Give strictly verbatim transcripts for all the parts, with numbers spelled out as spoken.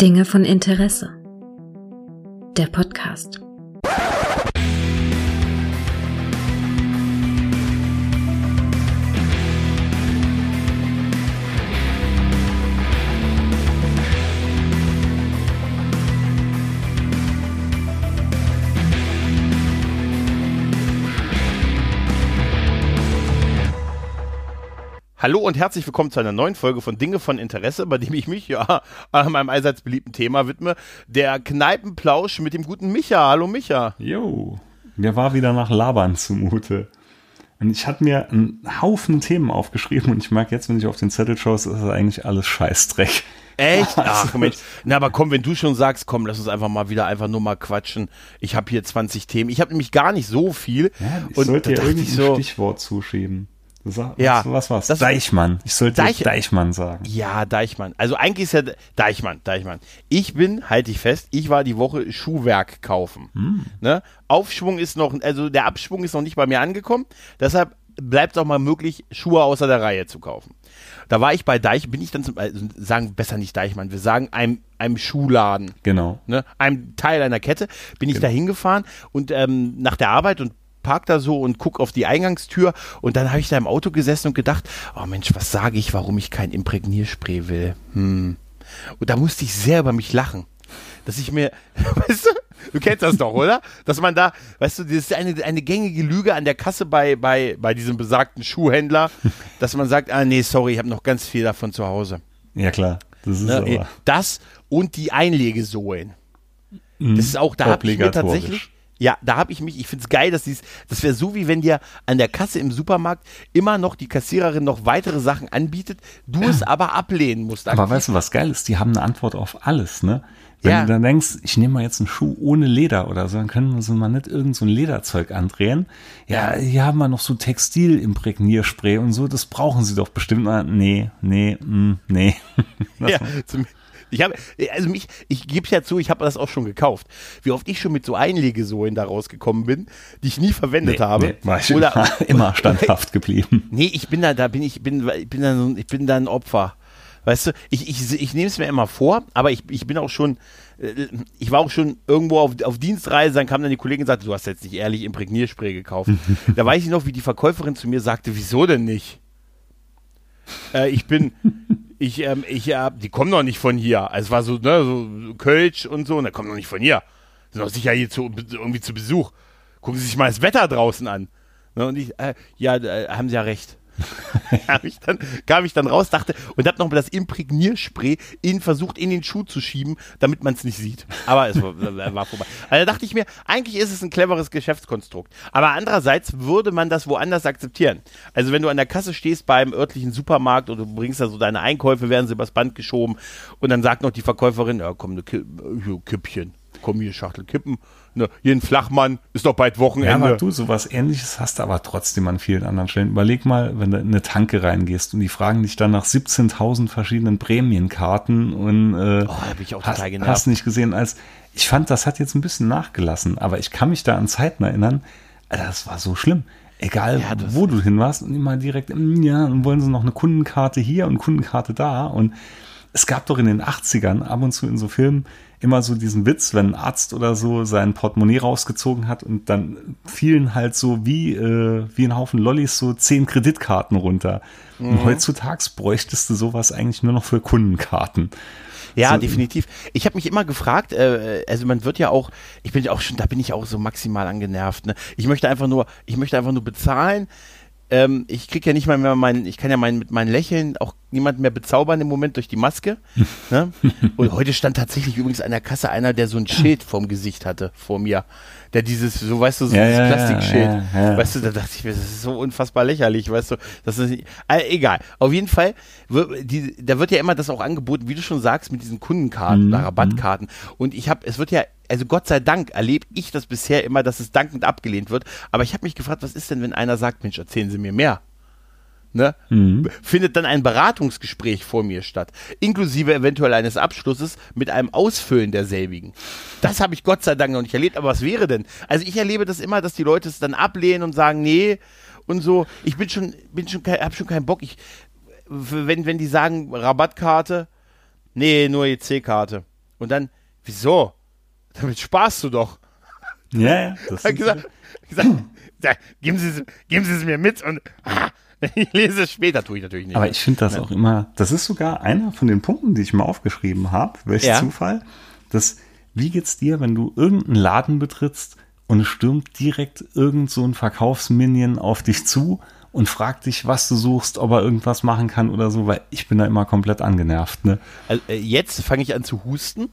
Dinge von Interesse. Der Podcast. Hallo und herzlich willkommen zu einer neuen Folge von Dinge von Interesse, bei dem ich mich ja meinem allseits beliebten Thema widme, der Kneipenplausch mit dem guten Micha. Hallo Micha. Jo, mir war wieder nach Labern zumute. Und ich hatte mir einen Haufen Themen aufgeschrieben und ich merke jetzt, wenn ich auf den Zettel schaue, ist das eigentlich alles Scheißdreck. Echt? Ach Mensch. Na, aber komm, wenn du schon sagst, komm, lass uns einfach mal wieder einfach nur mal quatschen. Ich habe hier zwanzig Themen. Ich habe nämlich gar nicht so viel. Ja, ich und sollte dir irgendein so, Stichwort zuschieben. Sag, ja, was war's? Das, Deichmann. Ich sollte Deich, Deichmann sagen. Ja, Deichmann. Also eigentlich ist ja Deichmann, Deichmann. Ich bin, halte ich fest, ich war die Woche Schuhwerk kaufen. Hm. Ne? Aufschwung ist noch, also der Abschwung ist noch nicht bei mir angekommen. Deshalb bleibt es auch mal möglich, Schuhe außer der Reihe zu kaufen. Da war ich bei Deich, bin ich dann zum, also sagen besser nicht Deichmann, wir sagen einem, einem Schuhladen. Genau. Ne? Einem Teil einer Kette bin ich genau. da hingefahren und ähm, nach der Arbeit und park da so und guck auf die Eingangstür und dann habe ich da im Auto gesessen und gedacht, oh Mensch, was sage ich, warum ich kein Imprägnierspray will? Hm. Und da musste ich sehr über mich lachen, dass ich mir, weißt du, du kennst das doch, oder? Dass man da, weißt du, das ist eine, eine gängige Lüge an der Kasse bei, bei, bei diesem besagten Schuhhändler, dass man sagt, ah nee, sorry, ich habe noch ganz viel davon zu Hause. Ja klar, das ist ne? aber. Das und die Einlegesohlen. Mhm. Das ist auch, da habe ich mir tatsächlich Ja, da habe ich mich, ich finde es geil, dass dies, das wäre so, wie wenn dir an der Kasse im Supermarkt immer noch die Kassiererin noch weitere Sachen anbietet, du ja. es aber ablehnen musst. Aber aktiv. Weißt du, was geil ist? Die haben eine Antwort auf alles, ne? Wenn ja. du dann denkst, ich nehme mal jetzt einen Schuh ohne Leder oder so, dann können wir so mal nicht irgend so ein Lederzeug andrehen. Ja, hier haben wir noch so Textilimprägnierspray und so, das brauchen sie doch bestimmt. Nee, nee, mh, nee. Ja, zum Ich habe, also mich, ich gebe ja zu, ich habe das auch schon gekauft. Wie oft ich schon mit so Einlegesohlen da rausgekommen bin, die ich nie verwendet nee, habe. Nee, war ich oder immer, immer standhaft geblieben. Nee, ich bin da, da bin ich, bin, ich bin da, ich bin da ein Opfer. Weißt du, ich, ich, ich nehme es mir immer vor, aber ich, ich bin auch schon, ich war auch schon irgendwo auf, auf Dienstreise, dann kam dann die Kollegin und sagte, du hast jetzt nicht ehrlich Imprägnierspray gekauft. Da weiß ich noch, wie die Verkäuferin zu mir sagte, wieso denn nicht? Äh, ich bin, ich, ähm, ich, äh, die kommen noch nicht von hier. Also es war so, ne, so Kölsch und so, und da kommen noch nicht von hier. Sind doch sicher hier zu, irgendwie zu Besuch. Gucken Sie sich mal das Wetter draußen an. Ne, und ich, äh, ja, äh, haben Sie ja recht. kam, ich dann, kam ich dann raus, dachte, und hab noch mal das Imprägnierspray in, versucht in den Schuh zu schieben, damit man es nicht sieht. Aber es war, war vorbei. Also da dachte ich mir, eigentlich ist es ein cleveres Geschäftskonstrukt. Aber andererseits würde man das woanders akzeptieren. Also wenn du an der Kasse stehst beim örtlichen Supermarkt und du bringst da so deine Einkäufe, werden sie übers Band geschoben und dann sagt noch die Verkäuferin, ja komm, ne Ki- Kippchen, komm hier, Schachtel Kippen. Ne, hier ein Flachmann, ist doch bald Wochenende. Ja, aber du, sowas Ähnliches hast du aber trotzdem an vielen anderen Stellen. Überleg mal, wenn du in eine Tanke reingehst und die fragen dich dann nach siebzehntausend verschiedenen Prämienkarten und äh, oh, da bin ich auch hast, total genervt. Hast nicht gesehen, als ich fand, das hat jetzt ein bisschen nachgelassen, aber ich kann mich da an Zeiten erinnern, das war so schlimm. Egal, ja, wo du hin warst und immer direkt, ja, und wollen sie noch eine Kundenkarte hier und Kundenkarte da und es gab doch in den achtzigern ab und zu in so Filmen immer so diesen Witz, wenn ein Arzt oder so sein Portemonnaie rausgezogen hat und dann fielen halt so wie, äh, wie ein Haufen Lollis so zehn Kreditkarten runter. Mhm. Und heutzutage bräuchtest du sowas eigentlich nur noch für Kundenkarten. Ja, so, definitiv. Ich habe mich immer gefragt, äh, also man wird ja auch, ich bin ja auch schon, da bin ich auch so maximal angenervt. Ne? Ich möchte einfach nur, ich möchte einfach nur bezahlen. Ähm, ich kriege ja nicht mal mehr mein, ich kann ja mein, mit meinen Lächeln auch niemanden mehr bezaubern im Moment durch die Maske. Ne? Und heute stand tatsächlich übrigens an der Kasse einer, der so ein Schild vorm Gesicht hatte, vor mir. Der dieses, so weißt du, so ja, dieses ja, Plastikschild. Ja, ja. Weißt du, da dachte ich mir, das ist so unfassbar lächerlich, weißt du. Das ist nicht, äh, egal. Auf jeden Fall, die, da wird ja immer das auch angeboten, wie du schon sagst, mit diesen Kundenkarten, mhm. Rabattkarten. Und ich habe, es wird ja, also Gott sei Dank erlebe ich das bisher immer, dass es dankend abgelehnt wird. Aber ich habe mich gefragt, was ist denn, wenn einer sagt, Mensch, erzählen Sie mir mehr? Ne? Mhm. Findet dann ein Beratungsgespräch vor mir statt, inklusive eventuell eines Abschlusses mit einem Ausfüllen derselbigen. Das habe ich Gott sei Dank noch nicht erlebt, aber was wäre denn? Also ich erlebe das immer, dass die Leute es dann ablehnen und sagen, nee und so. Ich bin schon, bin schon, hab schon keinen Bock. Ich, wenn, wenn die sagen Rabattkarte, nee, nur E C-Karte. Und dann, wieso? Damit sparst du doch. Ja, ja. Das ich habe gesagt, gesagt sag, geben, Sie es, geben Sie es mir mit und ah, ich lese es später, tue ich natürlich nicht. Aber ich finde das ja. auch immer, das ist sogar einer von den Punkten, die ich mal aufgeschrieben habe, welch ja. Zufall, dass, wie geht's dir, wenn du irgendeinen Laden betrittst und es stürmt direkt irgend so ein Verkaufsminion auf dich zu und fragt dich, was du suchst, ob er irgendwas machen kann oder so, weil ich bin da immer komplett angenervt. Ne? Also, äh, jetzt fange ich an zu husten.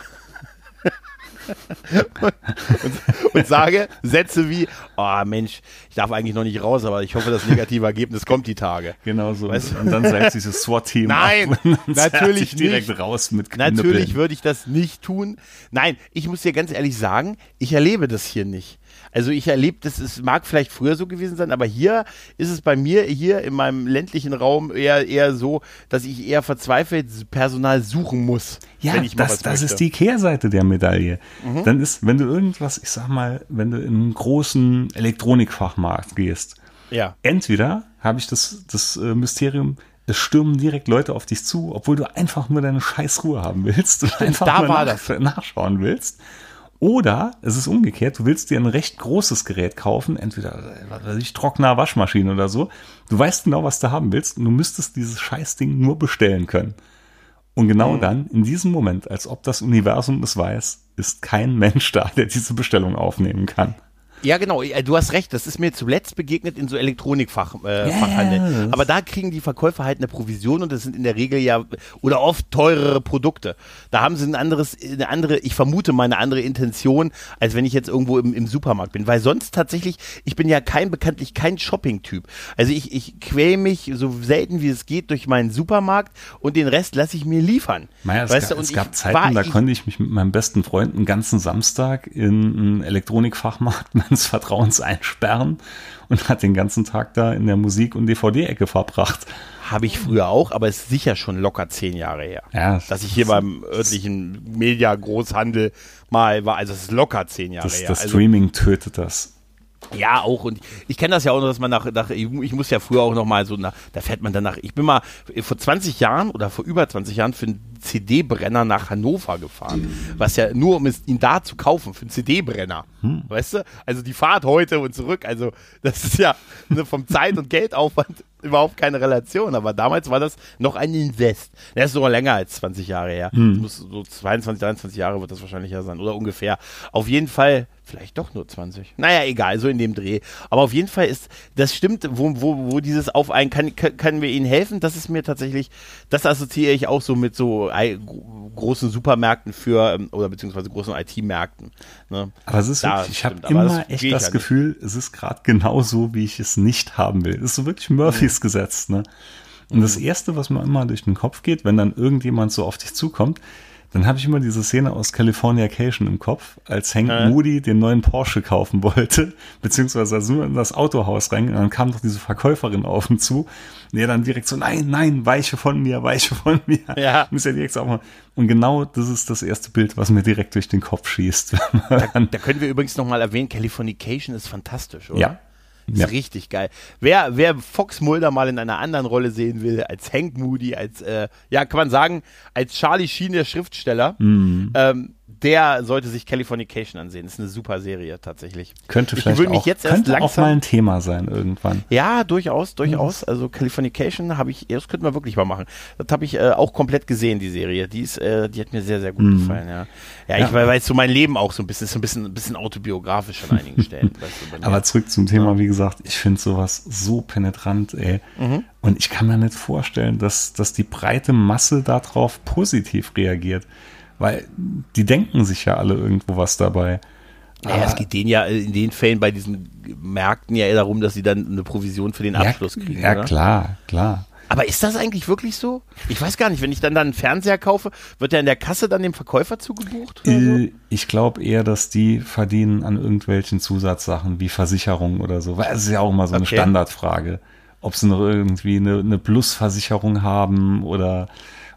und, und, und sage Sätze wie, oh Mensch, ich darf eigentlich noch nicht raus, aber ich hoffe, das negative Ergebnis kommt die Tage. Genau so. Weißt du? Und dann sagt dieses SWAT-Team Nein, ab und natürlich direkt nicht. raus mit Knüppeln. Natürlich würde ich das nicht tun. Nein, ich muss dir ganz ehrlich sagen, ich erlebe das hier nicht. Also ich erlebe, das es mag vielleicht früher so gewesen sein, aber hier ist es bei mir, hier in meinem ländlichen Raum eher, eher so, dass ich eher verzweifelt Personal suchen muss. Ja, wenn ich mal das, was das möchte. ist die Kehrseite der Medaille. Mhm. Dann ist, wenn du irgendwas, ich sag mal, wenn du in einen großen Elektronikfachmarkt gehst, ja. entweder habe ich das, das äh, Mysterium, es stürmen direkt Leute auf dich zu, obwohl du einfach nur deine Scheißruhe haben willst und Stimmt, einfach da nur war nach, das. nachschauen willst. Oder es ist umgekehrt, du willst dir ein recht großes Gerät kaufen, entweder was weiß ich, trockener Waschmaschine oder so. Du weißt genau, was du haben willst und du müsstest dieses Scheißding nur bestellen können. Und genau mhm. dann, in diesem Moment, als ob das Universum es weiß, ist kein Mensch da, der diese Bestellung aufnehmen kann. Ja, genau, du hast recht, das ist mir zuletzt begegnet in so Elektronikfachhandel. Äh, yeah. Aber da kriegen die Verkäufer halt eine Provision und das sind in der Regel ja oder oft teurere Produkte. Da haben sie ein anderes, eine andere, ich vermute mal eine andere Intention, als wenn ich jetzt irgendwo im, im Supermarkt bin. Weil sonst tatsächlich, ich bin ja kein, bekanntlich kein Shopping-Typ. Also ich, ich quäle mich so selten wie es geht durch meinen Supermarkt und den Rest lasse ich mir liefern. Naja, es, weißt gab, du, und es gab ich Zeiten, war, da ich, konnte ich mich mit meinem besten Freund einen ganzen Samstag in einen Elektronikfachmarkt meines Vertrauens einsperren und hat den ganzen Tag da in der Musik- und D V D-Ecke verbracht. Habe ich früher auch, aber es ist sicher schon locker zehn Jahre her. Ja, dass ich hier beim örtlichen Media-Großhandel mal war. Also es ist locker zehn Jahre das, her. Das also, Streaming tötet das. Ja, auch. Und ich kenne das ja auch noch, dass man nach, nach ich, ich muss ja früher auch noch mal so, nach, da fährt man dann nach, ich bin mal vor zwanzig Jahren oder vor über zwanzig Jahren für einen C D-Brenner nach Hannover gefahren. Was ja nur, um es, ihn da zu kaufen, für einen C D-Brenner. Hm. Weißt du? Also die Fahrt heute und zurück, also das ist ja ne, vom Zeit- und Geldaufwand überhaupt keine Relation, aber damals war das noch ein Invest. Der ist sogar länger als zwanzig Jahre her. Hm. Das muss so zweiundzwanzig, dreiundzwanzig Jahre wird das wahrscheinlich ja sein oder ungefähr. Auf jeden Fall, vielleicht doch nur zwanzig. Naja, egal, so in dem Dreh. Aber auf jeden Fall ist, das stimmt, wo, wo, wo dieses auf einen, kann, kann, können wir Ihnen helfen? Das ist mir tatsächlich, das assoziiere ich auch so mit so I, großen Supermärkten für, oder beziehungsweise großen I T-Märkten. Ne? Aber es ist da wirklich, ich habe stimmt, immer das echt das Gefühl, nicht. Es ist gerade genau so, wie ich es nicht haben will. Es ist so wirklich Murphys mhm. Gesetz, ne? Und mhm. das Erste, was mir immer durch den Kopf geht, wenn dann irgendjemand so auf dich zukommt, dann habe ich immer diese Szene aus Californication im Kopf, als Hank äh. Moody den neuen Porsche kaufen wollte, beziehungsweise als nur in das Autohaus rein, und dann kam doch diese Verkäuferin auf ihn zu, und er dann direkt so, nein, nein, weiche von mir, weiche von mir. Ja. Muss ja direkt so auch und genau das ist das erste Bild, was mir direkt durch den Kopf schießt. Da, da können wir übrigens nochmal erwähnen, Californication ist fantastisch, oder? Ja. Ist ja. richtig geil. Wer, wer Fox Mulder mal in einer anderen Rolle sehen will, als Hank Moody, als, äh, ja, kann man sagen, als Charlie Sheen, der Schriftsteller, mhm. ähm, der sollte sich Californication ansehen. Das ist eine super Serie tatsächlich. Könnte ich vielleicht mich auch, jetzt erst könnte langsam, auch mal ein Thema sein irgendwann. Ja, durchaus, durchaus. Also Californication habe ich, das könnten wir wirklich mal machen. Das habe ich äh, auch komplett gesehen, die Serie. Die ist, äh, die hat mir sehr, sehr gut mhm. gefallen, ja. Ja, ich ja. weiß so mein Leben auch so ein bisschen, ist so ein bisschen, ein bisschen autobiografisch an einigen Stellen. Weißt du, aber zurück zum Thema, ja. wie gesagt, ich finde sowas so penetrant, ey. Mhm. Und ich kann mir nicht vorstellen, dass, dass die breite Masse darauf positiv reagiert. Weil die denken sich ja alle irgendwo was dabei. Naja, es geht denen ja in den Fällen bei diesen Märkten ja eher darum, dass sie dann eine Provision für den Abschluss ja, kriegen. Ja, oder? klar, klar. Aber ist das eigentlich wirklich so? Ich weiß gar nicht, wenn ich dann, dann einen Fernseher kaufe, wird der in der Kasse dann dem Verkäufer zugebucht? Oder so? Ich glaube eher, dass die verdienen an irgendwelchen Zusatzsachen wie Versicherungen oder so. Weil es ist ja auch immer so eine okay. Standardfrage. Ob sie noch irgendwie eine, eine Plusversicherung haben oder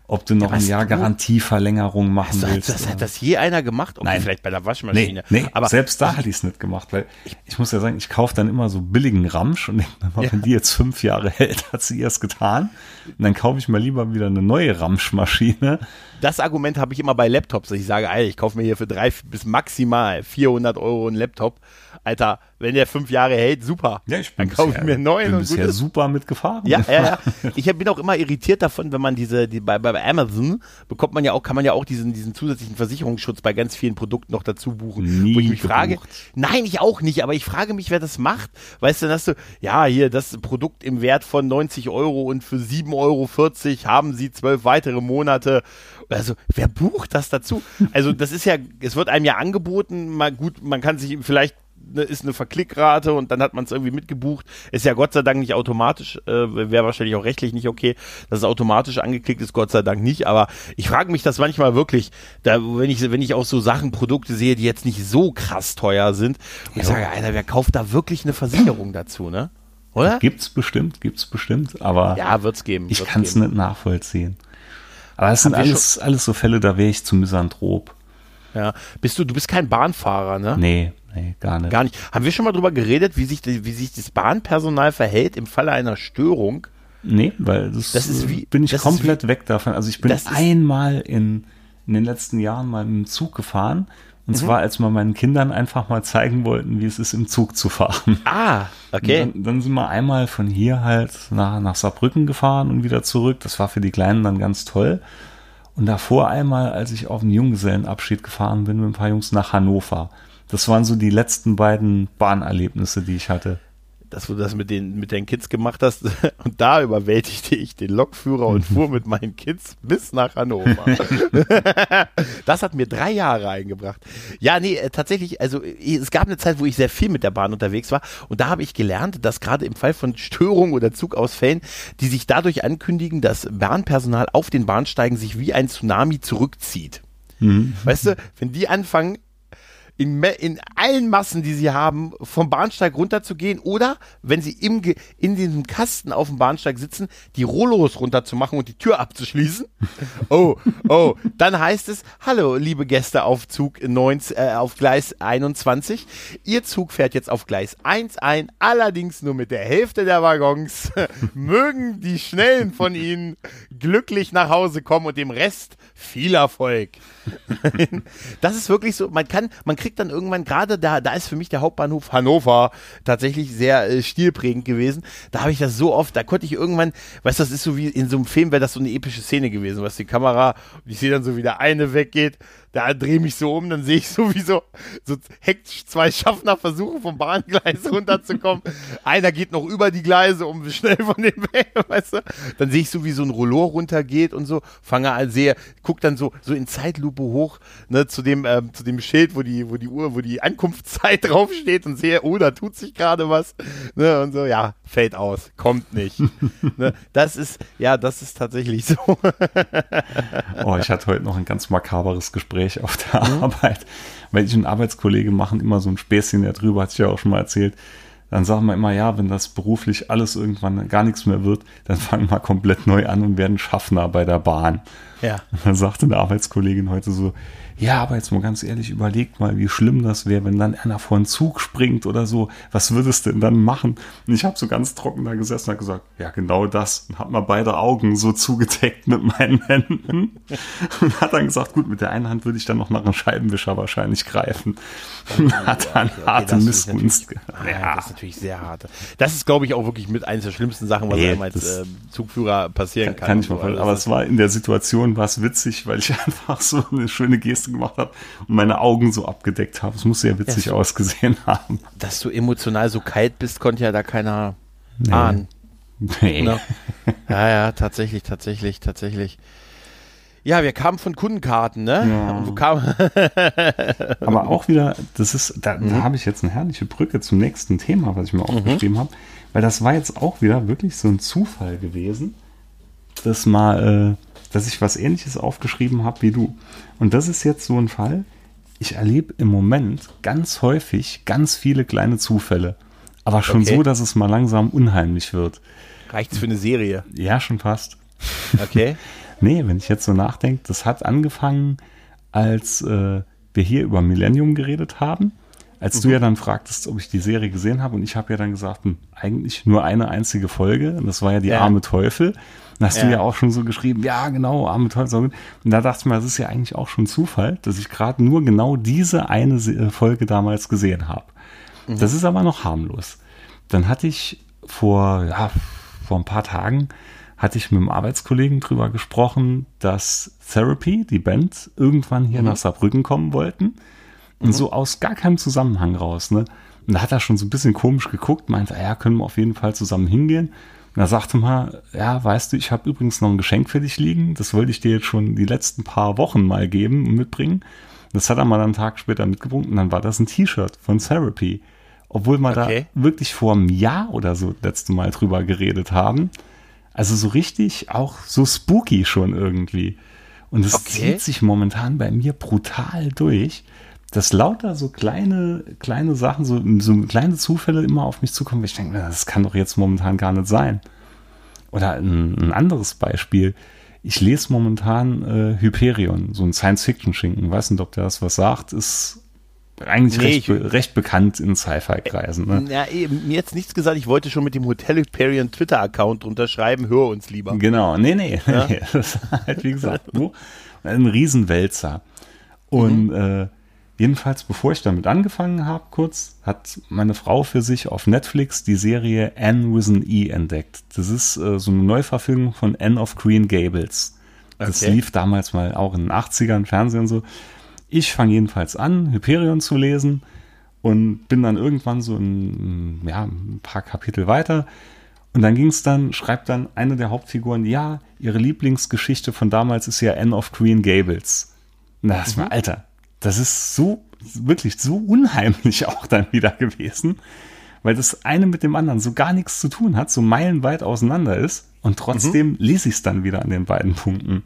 ob du noch Ja, ein Jahr du? Garantieverlängerung machen Hast du, willst. das, oder- hat das je einer gemacht? Okay, Nein. vielleicht bei der Waschmaschine. Nee, nee, aber selbst da hatte ich es nicht gemacht, weil ich muss ja sagen, ich kaufe dann immer so billigen Ramsch und denke mir mal, Ja. wenn die jetzt fünf Jahre hält, hat sie erst getan. Und dann kaufe ich mal lieber wieder eine neue Ramschmaschine. das Argument habe ich immer bei Laptops. Ich sage, Alter, ich kaufe mir hier für drei bis maximal vierhundert Euro einen Laptop. Alter, wenn der fünf Jahre hält, super. Ja, ich bin Dann kaufe ich bisher- mir einen neuen bin und gut bisher ist. super mitgefahren. Ja, ja, ja. Ich bin auch immer irritiert davon, wenn man diese, die, bei, bei Amazon bekommt man ja auch, kann man ja auch diesen, diesen zusätzlichen Versicherungsschutz bei ganz vielen Produkten noch dazu buchen. Nie wo ich mich frage, gebucht. nein, ich auch nicht, aber ich frage mich, wer das macht. Weißt du, dann hast du, ja, hier, das Produkt im Wert von neunzig Euro und für sieben Euro vierzig haben sie zwölf weitere Monate. Also, wer bucht das dazu? Also, das ist ja, es wird einem ja angeboten, mal gut, man kann sich vielleicht ne, ist eine Verklickrate und dann hat man es irgendwie mitgebucht. Ist ja Gott sei Dank nicht automatisch, äh, wäre wahrscheinlich auch rechtlich nicht okay, dass es automatisch angeklickt ist, Gott sei Dank nicht, aber ich frage mich das manchmal wirklich, da, wenn ich wenn ich auch so Sachen, Produkte sehe, die jetzt nicht so krass teuer sind, und ich Ja. sage, Alter, wer kauft da wirklich eine Versicherung dazu, ne? Oder? Gibt's bestimmt, gibt's bestimmt, aber Ja, wird's geben. ich wird's kann es geben. nicht nachvollziehen. Aber es sind Haben wir alles, alles so Fälle, da wäre ich zu misanthrop. Ja. Bist du, du bist kein Bahnfahrer, ne? Nee, nee, gar nicht. Gar nicht. Haben wir schon mal drüber geredet, wie sich, die- wie sich das Bahnpersonal verhält im Falle einer Störung? Nee, weil das, Das ist wie- bin ich das ist komplett weg davon. Also ich bin das ist- einmal in, in den letzten Jahren mal im Zug gefahren. Und zwar, als wir meinen Kindern einfach mal zeigen wollten, wie es ist, im Zug zu fahren. Ah, okay. Dann, dann sind wir einmal von hier halt nach, nach Saarbrücken gefahren und wieder zurück. Das war für die Kleinen dann ganz toll. Und davor einmal, als ich auf den Junggesellenabschied gefahren bin mit ein paar Jungs nach Hannover. Das waren so die letzten beiden Bahnerlebnisse, die ich hatte. Dass du das mit den, mit den Kids gemacht hast. Und da überwältigte ich den Lokführer und fuhr mit meinen Kids bis nach Hannover. Das hat mir drei Jahre eingebracht. Ja, nee, äh, tatsächlich, also äh, es gab eine Zeit, wo ich sehr viel mit der Bahn unterwegs war. Und da habe ich gelernt, dass gerade im Fall von Störungen oder Zugausfällen, die sich dadurch ankündigen, dass Bahnpersonal auf den Bahnsteigen sich wie ein Tsunami zurückzieht. Weißt du, wenn die anfangen, in, me- in allen Massen, die sie haben, vom Bahnsteig runterzugehen oder, wenn sie im Ge- in diesem Kasten auf dem Bahnsteig sitzen, die Rollos runterzumachen und die Tür abzuschließen. Oh, oh, dann heißt es, hallo, liebe Gäste auf Zug neunzehn, äh, auf Gleis einundzwanzig. Ihr Zug fährt jetzt auf Gleis eins ein, allerdings nur mit der Hälfte der Waggons. Mögen die Schnellen von Ihnen glücklich nach Hause kommen und dem Rest viel Erfolg. Das ist wirklich so, man kann, man kriegt dann irgendwann, gerade da, da ist für mich der Hauptbahnhof Hannover tatsächlich sehr äh, stilprägend gewesen. Da habe ich das so oft, da konnte ich irgendwann, weißt du, das ist so wie in so einem Film, wäre das so eine epische Szene gewesen, was die Kamera, ich sehe dann so, wie der eine weggeht, da drehe mich so um, dann sehe ich so wie so, so hektisch zwei Schaffner versuchen vom Bahngleis runterzukommen. Einer geht noch über die Gleise, um schnell von dem weg, weißt du. Dann sehe ich so, wie so ein Rollor runtergeht und so, fange an, sehe, guck dann so, so in Zeitlupe hoch, ne, zu dem, ähm, zu dem Schild, wo die, wo die Uhr, wo die Ankunftszeit draufsteht und sehe, oh, da tut sich gerade was, ne, und so, ja, fällt aus, kommt nicht. Ne, das ist, ja, das ist tatsächlich so. Oh, ich hatte heute noch ein ganz makaberes Gespräch auf der Arbeit, weil ich und ein Arbeitskollege machen immer so ein Späßchen darüber, hatte ich ja auch schon mal erzählt. Dann sagen wir immer, ja, wenn das beruflich alles irgendwann gar nichts mehr wird, dann fangen wir komplett neu an und werden Schaffner bei der Bahn. Ja. Und dann sagte eine Arbeitskollegin heute so, ja, aber jetzt mal ganz ehrlich, überlegt mal, wie schlimm das wäre, wenn dann einer vor einen Zug springt oder so. Was würdest du denn dann machen? Und ich habe so ganz trocken da gesessen und habe gesagt, ja, genau das. Und habe mal beide Augen so zugedeckt mit meinen Händen. Und hat dann gesagt, gut, mit der einen Hand würde ich dann noch nach einem Scheibenwischer wahrscheinlich greifen. Und hat dann Okay, harte das ist Missgunst. natürlich- Ja, das ist natürlich sehr hart. Das ist, glaube ich, auch wirklich mit eines der schlimmsten Sachen, was Nee, einem als das- äh, Zugführer passieren kann. Kann ich mir So, vorstellen. also Aber das es war in der Situation war es witzig, weil ich einfach so eine schöne Geste gemacht habe und meine Augen so abgedeckt habe. Es muss sehr witzig Ja, so- ausgesehen haben. dass du emotional so kalt bist, konnte ja da keiner Nee. ahnen. Nee. Ne? Ja, ja, tatsächlich, tatsächlich, tatsächlich. Ja, wir kamen von Kundenkarten, ne? Ja. Und wo kam, Aber auch wieder, das ist, da, Mhm. da habe ich jetzt eine herrliche Brücke zum nächsten Thema, was ich mir aufgeschrieben habe, weil das war jetzt auch wieder wirklich so ein Zufall gewesen, dass mal, äh, dass ich was Ähnliches aufgeschrieben habe wie du. Und das ist jetzt so ein Fall, ich erlebe im Moment ganz häufig ganz viele kleine Zufälle, aber schon Okay. so, dass es mal langsam unheimlich wird. reicht's für eine Serie? Ja, schon fast. Okay. Nee, wenn ich jetzt so nachdenke, das hat angefangen, als äh, wir hier über Millennium geredet haben. Als mhm. du ja dann fragtest, ob ich die Serie gesehen habe, und ich habe ja dann gesagt, hm, eigentlich nur eine einzige Folge, und das war ja die ja. Arme Teufel. Dann hast ja. du ja auch schon so geschrieben, ja genau, Arme Teufel. Und da dachte ich mir, das ist ja eigentlich auch schon Zufall, dass ich gerade nur genau diese eine Folge damals gesehen habe. Mhm. Das ist aber noch harmlos. Dann hatte ich vor, ja, vor ein paar Tagen, hatte ich mit einem Arbeitskollegen drüber gesprochen, dass Therapy, die Band, irgendwann hier mhm. nach Saarbrücken kommen wollten. Und mhm. so aus gar keinem Zusammenhang raus, ne? Und da hat er schon so ein bisschen komisch geguckt, meinte, ja, können wir auf jeden Fall zusammen hingehen. Und da sagte mal, ja, weißt du, ich habe übrigens noch ein Geschenk für dich liegen. Das wollte ich dir jetzt schon die letzten paar Wochen mal geben und mitbringen. Das hat er mal einen Tag später mitgebracht und dann war das ein T-Shirt von Therapy. Obwohl wir okay. da wirklich vor einem Jahr oder so das letzte Mal drüber geredet haben. Also so richtig auch so spooky schon irgendwie. Und es okay. zieht sich momentan bei mir brutal durch, dass lauter so kleine, kleine Sachen, so, so kleine Zufälle immer auf mich zukommen. Ich denke, das kann doch jetzt momentan gar nicht sein. Oder ein, ein anderes Beispiel. Ich lese momentan äh, Hyperion, so ein Science-Fiction-Schinken. Weiß nicht, ob der das was sagt. Ist eigentlich nee, recht, be- recht bekannt in Sci-Fi-Kreisen. Ne? Ja, mir jetzt nichts gesagt. Ich wollte schon mit dem Hotel Hyperion Twitter-Account drunter schreiben. Hör uns lieber. Genau. Nee, nee. Ja? nee. Das ist halt, wie gesagt, so ein Riesenwälzer. Und mhm. äh, jedenfalls, bevor ich damit angefangen habe, kurz, hat meine Frau für sich auf Netflix die Serie Anne with an E entdeckt. Das ist äh, so eine Neuverfilmung von Anne of Green Gables. Das okay. lief damals mal auch in den achtzigern, Fernsehen und so. Ich fange jedenfalls an, Hyperion zu lesen und bin dann irgendwann so in, ja, ein paar Kapitel weiter. Und dann ging es dann, schreibt dann eine der Hauptfiguren, ja, ihre Lieblingsgeschichte von damals ist ja Anne of Green Gables. Und da dachte ich mir, Alter, das ist so, wirklich so unheimlich auch dann wieder gewesen, weil das eine mit dem anderen so gar nichts zu tun hat, so meilenweit auseinander ist und trotzdem mhm. lese ich es dann wieder an den beiden Punkten.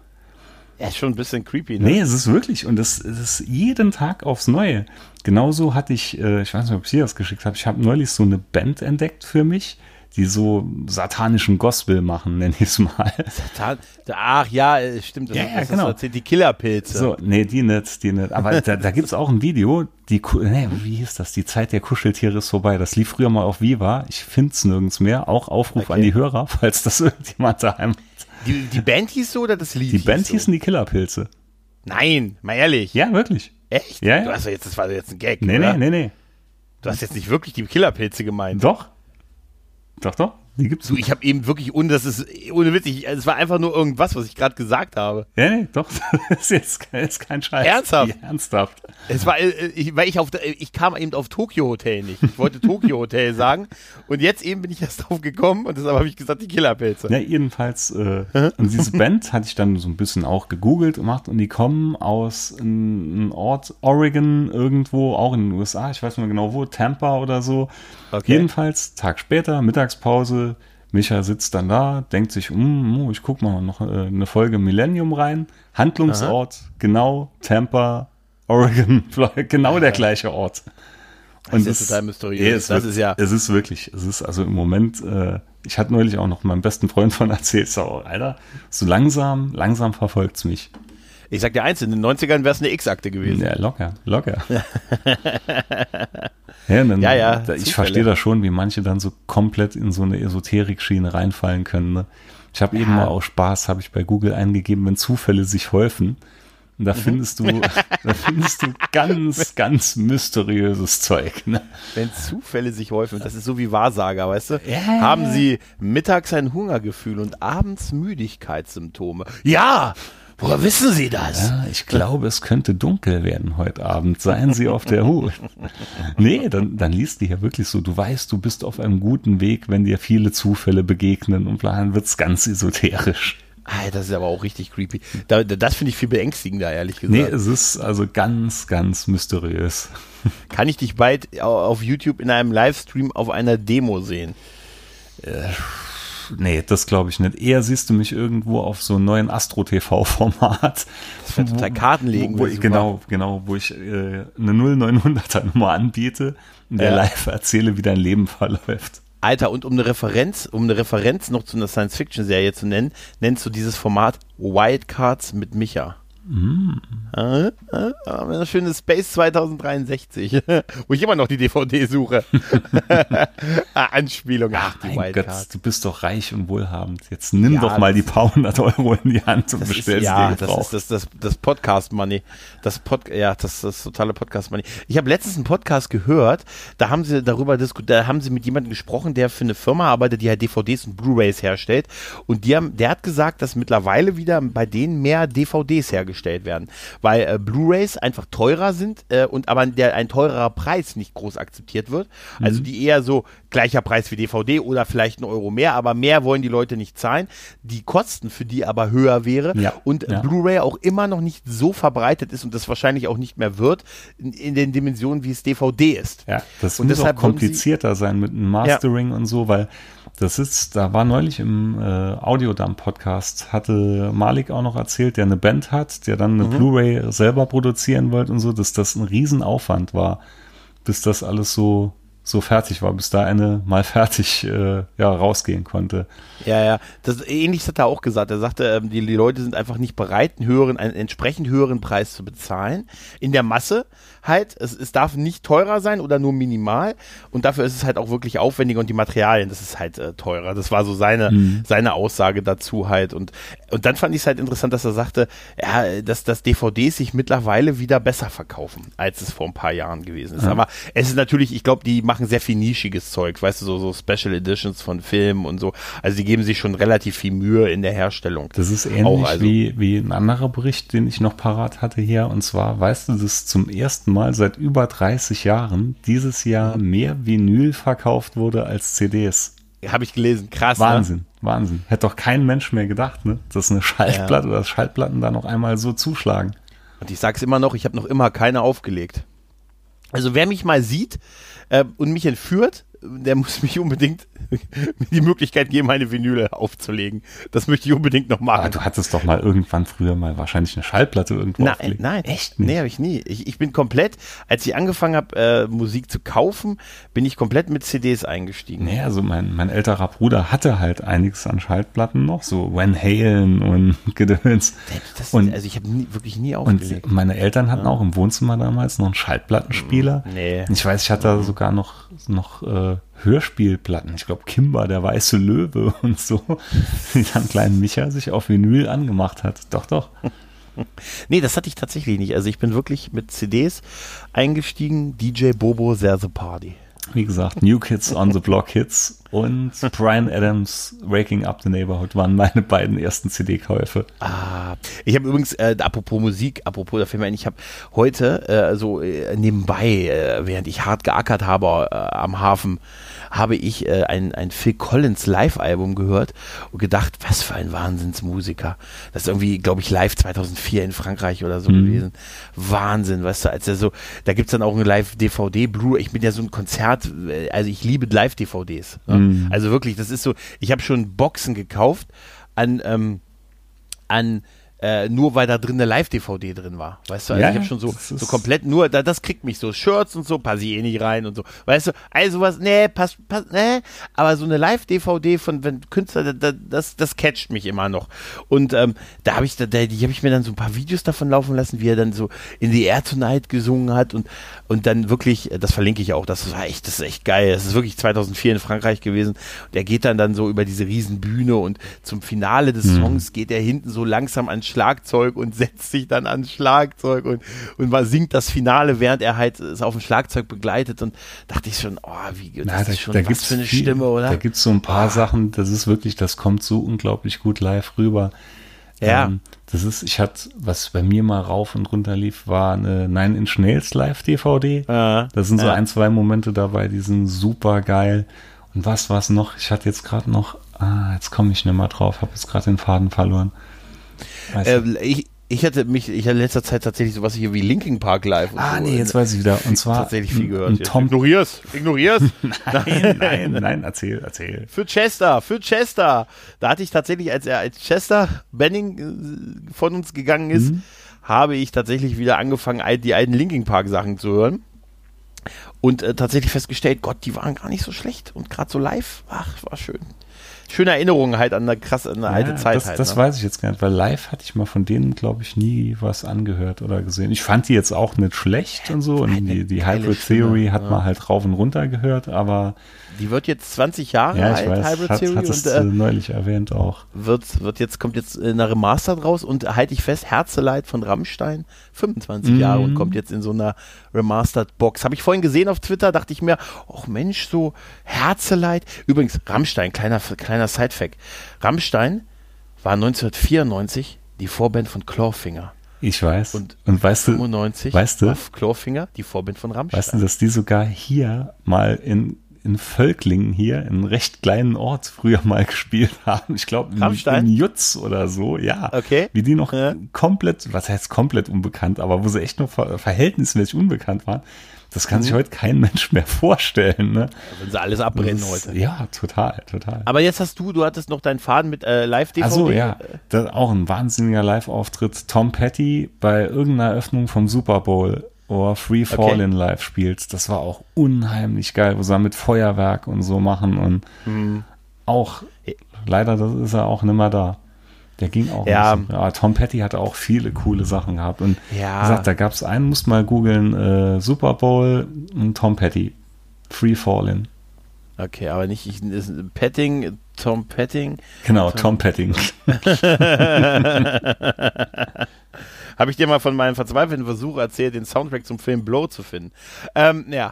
Ja, ist schon ein bisschen creepy, ne? Nee, es ist wirklich, und das, das ist jeden Tag aufs Neue. Genauso hatte ich, äh, ich weiß nicht, ob ich dir das geschickt habe, ich habe neulich so eine Band entdeckt für mich, die so satanischen Gospel machen, nenne ich es mal. Satan- Ach ja, stimmt, das, ja, ja, das genau. erzählt, die Killerpilze. So, nee, die nicht, die nicht. Aber da, da gibt es auch ein Video, die, nee, wie hieß das? Die Zeit der Kuscheltiere ist vorbei. Das lief früher mal auf Viva. Ich finde es nirgends mehr. Auch Aufruf okay. an die Hörer, falls das irgendjemand daheim hat. Die, die Band hieß so oder das Lied? Die Band hieß hießen so? die Killerpilze. Nein, mal ehrlich. Ja, wirklich. Echt? Ja, ja. Du hast doch jetzt, das war jetzt ein Gag, Nee, oder? nee, nee, nee. Du hast jetzt nicht wirklich die Killerpilze gemeint. Doch. Doch, doch. Die gibt's. Du, ich habe eben wirklich, ohne das ist, ohne Witz, ich, es war einfach nur irgendwas, was ich gerade gesagt habe. Ja, nee, doch. Das ist jetzt kein, ist kein Scheiß. Ernsthaft? Ja, ernsthaft. Es war, ich, weil ich auf, ich kam eben auf Tokyo Hotel nicht. Ich wollte Tokyo Hotel sagen. Und jetzt eben bin ich erst drauf gekommen und deshalb habe ich gesagt, die Killerpilze. Ja, jedenfalls, äh, und diese Band hatte ich dann so ein bisschen auch gegoogelt gemacht und die kommen aus einem Ort, Oregon, irgendwo, auch in den U S A, ich weiß nicht mehr genau wo, Tampa oder so. Okay. Jedenfalls, Tag später, Mittagspause, Micha sitzt dann da, denkt sich, mm, ich guck mal noch äh, eine Folge Millennium rein. Handlungsort, Aha. genau, Tampa, Oregon, genau Aha. der gleiche Ort. Und das ist total mysteriös. Ja, das ist ja. Es ist wirklich, es ist also im Moment, äh, ich hatte neulich auch noch meinem besten Freund von erzählt, so, Alter, so langsam, langsam verfolgt's mich. Ich sag dir eins, in den neunzigern wäre es eine X-Akte gewesen. Ja, locker, locker. ja, dann, ja, ja, da, ich verstehe das schon, wie manche dann so komplett in so eine Esoterik-Schiene reinfallen können. Ne? Ich habe ja. eben mal aus Spaß, habe ich bei Google eingegeben, wenn Zufälle sich häufen. Und da findest du, da findest du ganz, ganz mysteriöses Zeug. Ne? Wenn Zufälle sich häufen, das ist so wie Wahrsager, weißt du? Ja. Haben sie mittags ein Hungergefühl und abends Müdigkeitssymptome? Ja! Woher wissen Sie das? Ja, ich glaube, es könnte dunkel werden heute Abend. Seien Sie auf der Hut. Nee, dann, dann liest du ja wirklich so, du weißt, du bist auf einem guten Weg, wenn dir viele Zufälle begegnen und dann wird's ganz esoterisch. Ah, das ist aber auch richtig creepy. Da, das finde ich viel beängstigender, ehrlich gesagt. Nee, es ist also ganz, ganz mysteriös. Kann ich dich bald auf YouTube in einem Livestream auf einer Demo sehen? Äh, Nee, das glaube ich nicht. Eher siehst du mich irgendwo auf so einem neuen Astro-T V-Format. Das wäre total Karten legen. Wo, wo ich, genau, genau, wo ich äh, eine null neunhunderter Nummer anbiete und der ja. live erzähle, wie dein Leben verläuft. Alter, und um eine Referenz, um eine Referenz noch zu einer Science-Fiction-Serie zu nennen, nennst du dieses Format Wildcards mit Micha. Mm. Äh, äh, ein schönes Space zwanzig dreiundsechzig, wo ich immer noch die D V D suche. Anspielung. Ach, ach mein Gott, du bist doch reich und wohlhabend. Jetzt nimm ja, doch mal die paar hundert Euro in die Hand und bestellst ja, dir das ist das, das, das Podcast-Money. Das Pod, ja, das, das totale Podcast-Money. Ich habe letztens einen Podcast gehört, da haben sie darüber diskutiert, da haben sie mit jemandem gesprochen, der für eine Firma arbeitet, die halt D V Ds und Blu-Rays herstellt. Und die haben, der hat gesagt, dass mittlerweile wieder bei denen mehr D V Ds hergestellt werden, weil äh, Blu-Rays einfach teurer sind äh, und aber der ein teurerer Preis nicht groß akzeptiert wird. Mhm. Also die eher so gleicher Preis wie D V D oder vielleicht ein Euro mehr, aber mehr wollen die Leute nicht zahlen. Die Kosten für die aber höher wäre ja. und ja. Blu-ray auch immer noch nicht so verbreitet ist und das wahrscheinlich auch nicht mehr wird in, in den Dimensionen, wie es D V D ist. Ja, das und muss auch komplizierter sein mit dem Mastering ja. und so, weil das ist, da war neulich im äh, Audiodump-Podcast, hatte Malik auch noch erzählt, der eine Band hat, der dann eine mhm. Blu-ray selber produzieren wollte und so, dass das ein Riesenaufwand war, bis das alles so so fertig war, bis da eine mal fertig äh, ja, rausgehen konnte. Ja, ja, das Ähnliches hat er auch gesagt. Er sagte, ähm, die, die Leute sind einfach nicht bereit, einen höheren, einen entsprechend höheren Preis zu bezahlen. In der Masse halt, es, es darf nicht teurer sein oder nur minimal und dafür ist es halt auch wirklich aufwendiger und die Materialien, das ist halt äh, teurer. Das war so seine, mhm. seine Aussage dazu halt und, und dann fand ich es halt interessant, dass er sagte, ja, dass, dass D V Ds sich mittlerweile wieder besser verkaufen, als es vor ein paar Jahren gewesen ist. Ja. Aber es ist natürlich, ich glaube, die machen sehr viel nischiges Zeug, weißt du, so, so Special Editions von Filmen und so. Also die geben sich schon relativ viel Mühe in der Herstellung. Das ist ähnlich auch, also, wie, wie ein anderer Bericht, den ich noch parat hatte hier. Und zwar, weißt du, dass zum ersten Mal seit über dreißig Jahren dieses Jahr mehr Vinyl verkauft wurde als C Ds. Habe ich gelesen. Krass. Wahnsinn, ne? Wahnsinn. Hätte doch kein Mensch mehr gedacht, ne? Dass eine Schallplatte ja. oder Schallplatten da noch einmal so zuschlagen. Und ich sag's immer noch, ich habe noch immer keine aufgelegt. Also wer mich mal sieht äh, und mich entführt, der muss mich unbedingt die Möglichkeit geben, meine Vinyle aufzulegen. Das möchte ich unbedingt noch machen. Aber du hattest doch mal irgendwann früher mal wahrscheinlich eine Schallplatte irgendwo nein, aufgelegt. Nein, echt nicht. Nee, habe ich nie. Ich, ich bin komplett, als ich angefangen habe, äh, Musik zu kaufen, bin ich komplett mit C Ds eingestiegen. Nee, also mein, mein älterer Bruder hatte halt einiges an Schallplatten noch, so Van Halen und Gedöns. Das, und, also ich habe nie, wirklich nie aufgelegt. Und meine Eltern hatten ja. auch im Wohnzimmer damals noch einen Schallplattenspieler. Nee. Ich weiß, ich hatte da sogar noch, noch äh, Hörspielplatten. Ich glaube, Kimba, der weiße Löwe und so, die dann kleinen Micha sich auf Vinyl angemacht hat. Doch, doch. Nee, das hatte ich tatsächlich nicht. Also ich bin wirklich mit C Ds eingestiegen. D J Bobo, There's a Party. Wie gesagt, New Kids on the Block Hits und Bryan Adams, Waking Up the Neighborhood waren meine beiden ersten C D-Käufe. Ah, ich habe übrigens, äh, apropos Musik, apropos, da fällt mir ein, ich habe heute äh, so äh, nebenbei, äh, während ich hart geackert habe äh, am Hafen, habe ich äh, ein, ein Phil Collins Live-Album gehört und gedacht, was für ein Wahnsinnsmusiker. Das ist irgendwie, glaube ich, live zweitausendvier in Frankreich oder so mhm. gewesen. Wahnsinn, weißt du, als er so, da gibt's dann auch eine Live-D V D, Blue, ich bin ja so ein Konzert, also ich liebe Live-D V Ds. Ne? Mhm. Also wirklich, das ist so, ich habe schon Boxen gekauft an, ähm, an Äh, nur weil da drin eine Live-D V D drin war, weißt du, also ja, ich habe schon so, so komplett nur, da, das kriegt mich so, Shirts und so, passe ich eh nicht rein und so, weißt du, also was, nee, passt, passt, nee, aber so eine Live-D V D von wenn Künstler, da, das, das catcht mich immer noch und ähm, da habe ich, da, die habe ich mir dann so ein paar Videos davon laufen lassen, wie er dann so In the Air Tonight gesungen hat und und dann wirklich, das verlinke ich auch, das war echt, das ist echt geil, das ist wirklich zweitausendvier in Frankreich gewesen und er geht dann dann so über diese riesen Bühne und zum Finale des Songs mhm. geht er hinten so langsam an Schlagzeug und setzt sich dann ans Schlagzeug und, und man singt das Finale, während er halt es auf dem Schlagzeug begleitet und dachte ich schon, oh, wie, das Na, da, ist schon da was gibt's für eine viel, Stimme, oder? Da gibt es so ein paar oh. Sachen, das ist wirklich, das kommt so unglaublich gut live rüber. Ja. Ähm, das ist, ich hatte, was bei mir mal rauf und runter lief, war eine Nine Inch Nails Live-D V D. Ja. Da sind so ja. ein, zwei Momente dabei, die sind super geil. Und was war's noch? Ich hatte jetzt gerade noch, ah, jetzt komme ich nicht mehr drauf, habe jetzt gerade den Faden verloren. Äh, ich, ich hatte mich, ich hatte in letzter Zeit tatsächlich sowas hier wie Linkin Park Live. Und ah, so. nee, jetzt weiß ich wieder. Und zwar tatsächlich viel gehört. Ein Tom ignorier's, ignorier's. nein, nein, nein, erzähl, erzähl. Für Chester, für Chester. Da hatte ich tatsächlich, als er als Chester Benning von uns gegangen ist, mhm. habe ich tatsächlich wieder angefangen, die alten Linkin Park Sachen zu hören. Und äh, tatsächlich festgestellt, Gott, die waren gar nicht so schlecht. Und gerade so live, ach, war schön. Schöne Erinnerungen halt an eine krass, an eine ja, alte Zeit das, halt. Das ne? weiß ich jetzt gar nicht, weil live hatte ich mal von denen, glaube ich, nie was angehört oder gesehen. Ich fand die jetzt auch nicht schlecht und so. Und die, die Hybrid Theory hat ja. man halt rauf und runter gehört, aber die wird jetzt zwanzig Jahre ja, alt, weiß, Hybrid hat, Theory. Hat es und, äh, neulich erwähnt auch. Wird, wird jetzt, kommt jetzt eine Remastered raus und halte ich fest, Herzeleid von Rammstein, fünfundzwanzig Mhm. Jahre und kommt jetzt in so einer Remastered-Box. Habe ich vorhin gesehen auf Twitter, dachte ich mir, ach Mensch, so Herzeleid. Übrigens, Rammstein, kleiner, kleiner Side-Fact. Rammstein war neunzehnhundertvierundneunzig die Vorband von Clawfinger. Ich weiß. Und, und weißt du, fünfundneunzig weißt du, auf Clawfinger, die Vorband von Rammstein. Weißt du, dass die sogar hier mal in, in Völklingen hier, in einem recht kleinen Ort früher mal gespielt haben. Ich glaube, in, in Jutz oder so, ja. Okay. Wie die noch ja. komplett, was heißt komplett unbekannt, aber wo sie echt noch ver- verhältnismäßig unbekannt waren. Das kann mhm. sich heute kein Mensch mehr vorstellen, ne? Wenn sie alles abbrennen ist, heute. Ja, total, total. Aber jetzt hast du, du hattest noch deinen Faden mit äh, Live-D V D. Ach so, ja. Das ist auch ein wahnsinniger Live-Auftritt. Tom Petty bei irgendeiner Eröffnung vom Super Bowl oder Free Fallin' okay. live spielt. Das war auch unheimlich geil, wo sie mit Feuerwerk und so machen und mhm. auch, leider das ist er auch nicht mehr da. Der ging auch ja. ein bisschen. Ja, Tom Petty hatte auch viele coole Sachen gehabt. Und ja. wie gesagt, da gab es einen, musst mal googeln, äh, Super Bowl und Tom Petty. Free Fallin'. Okay, aber nicht ich, ist Petting, Tom Petting. Genau, Tom, Tom Petting. Habe ich dir mal von meinem verzweifelten Versuch erzählt, den Soundtrack zum Film Blow zu finden. Ähm, ja.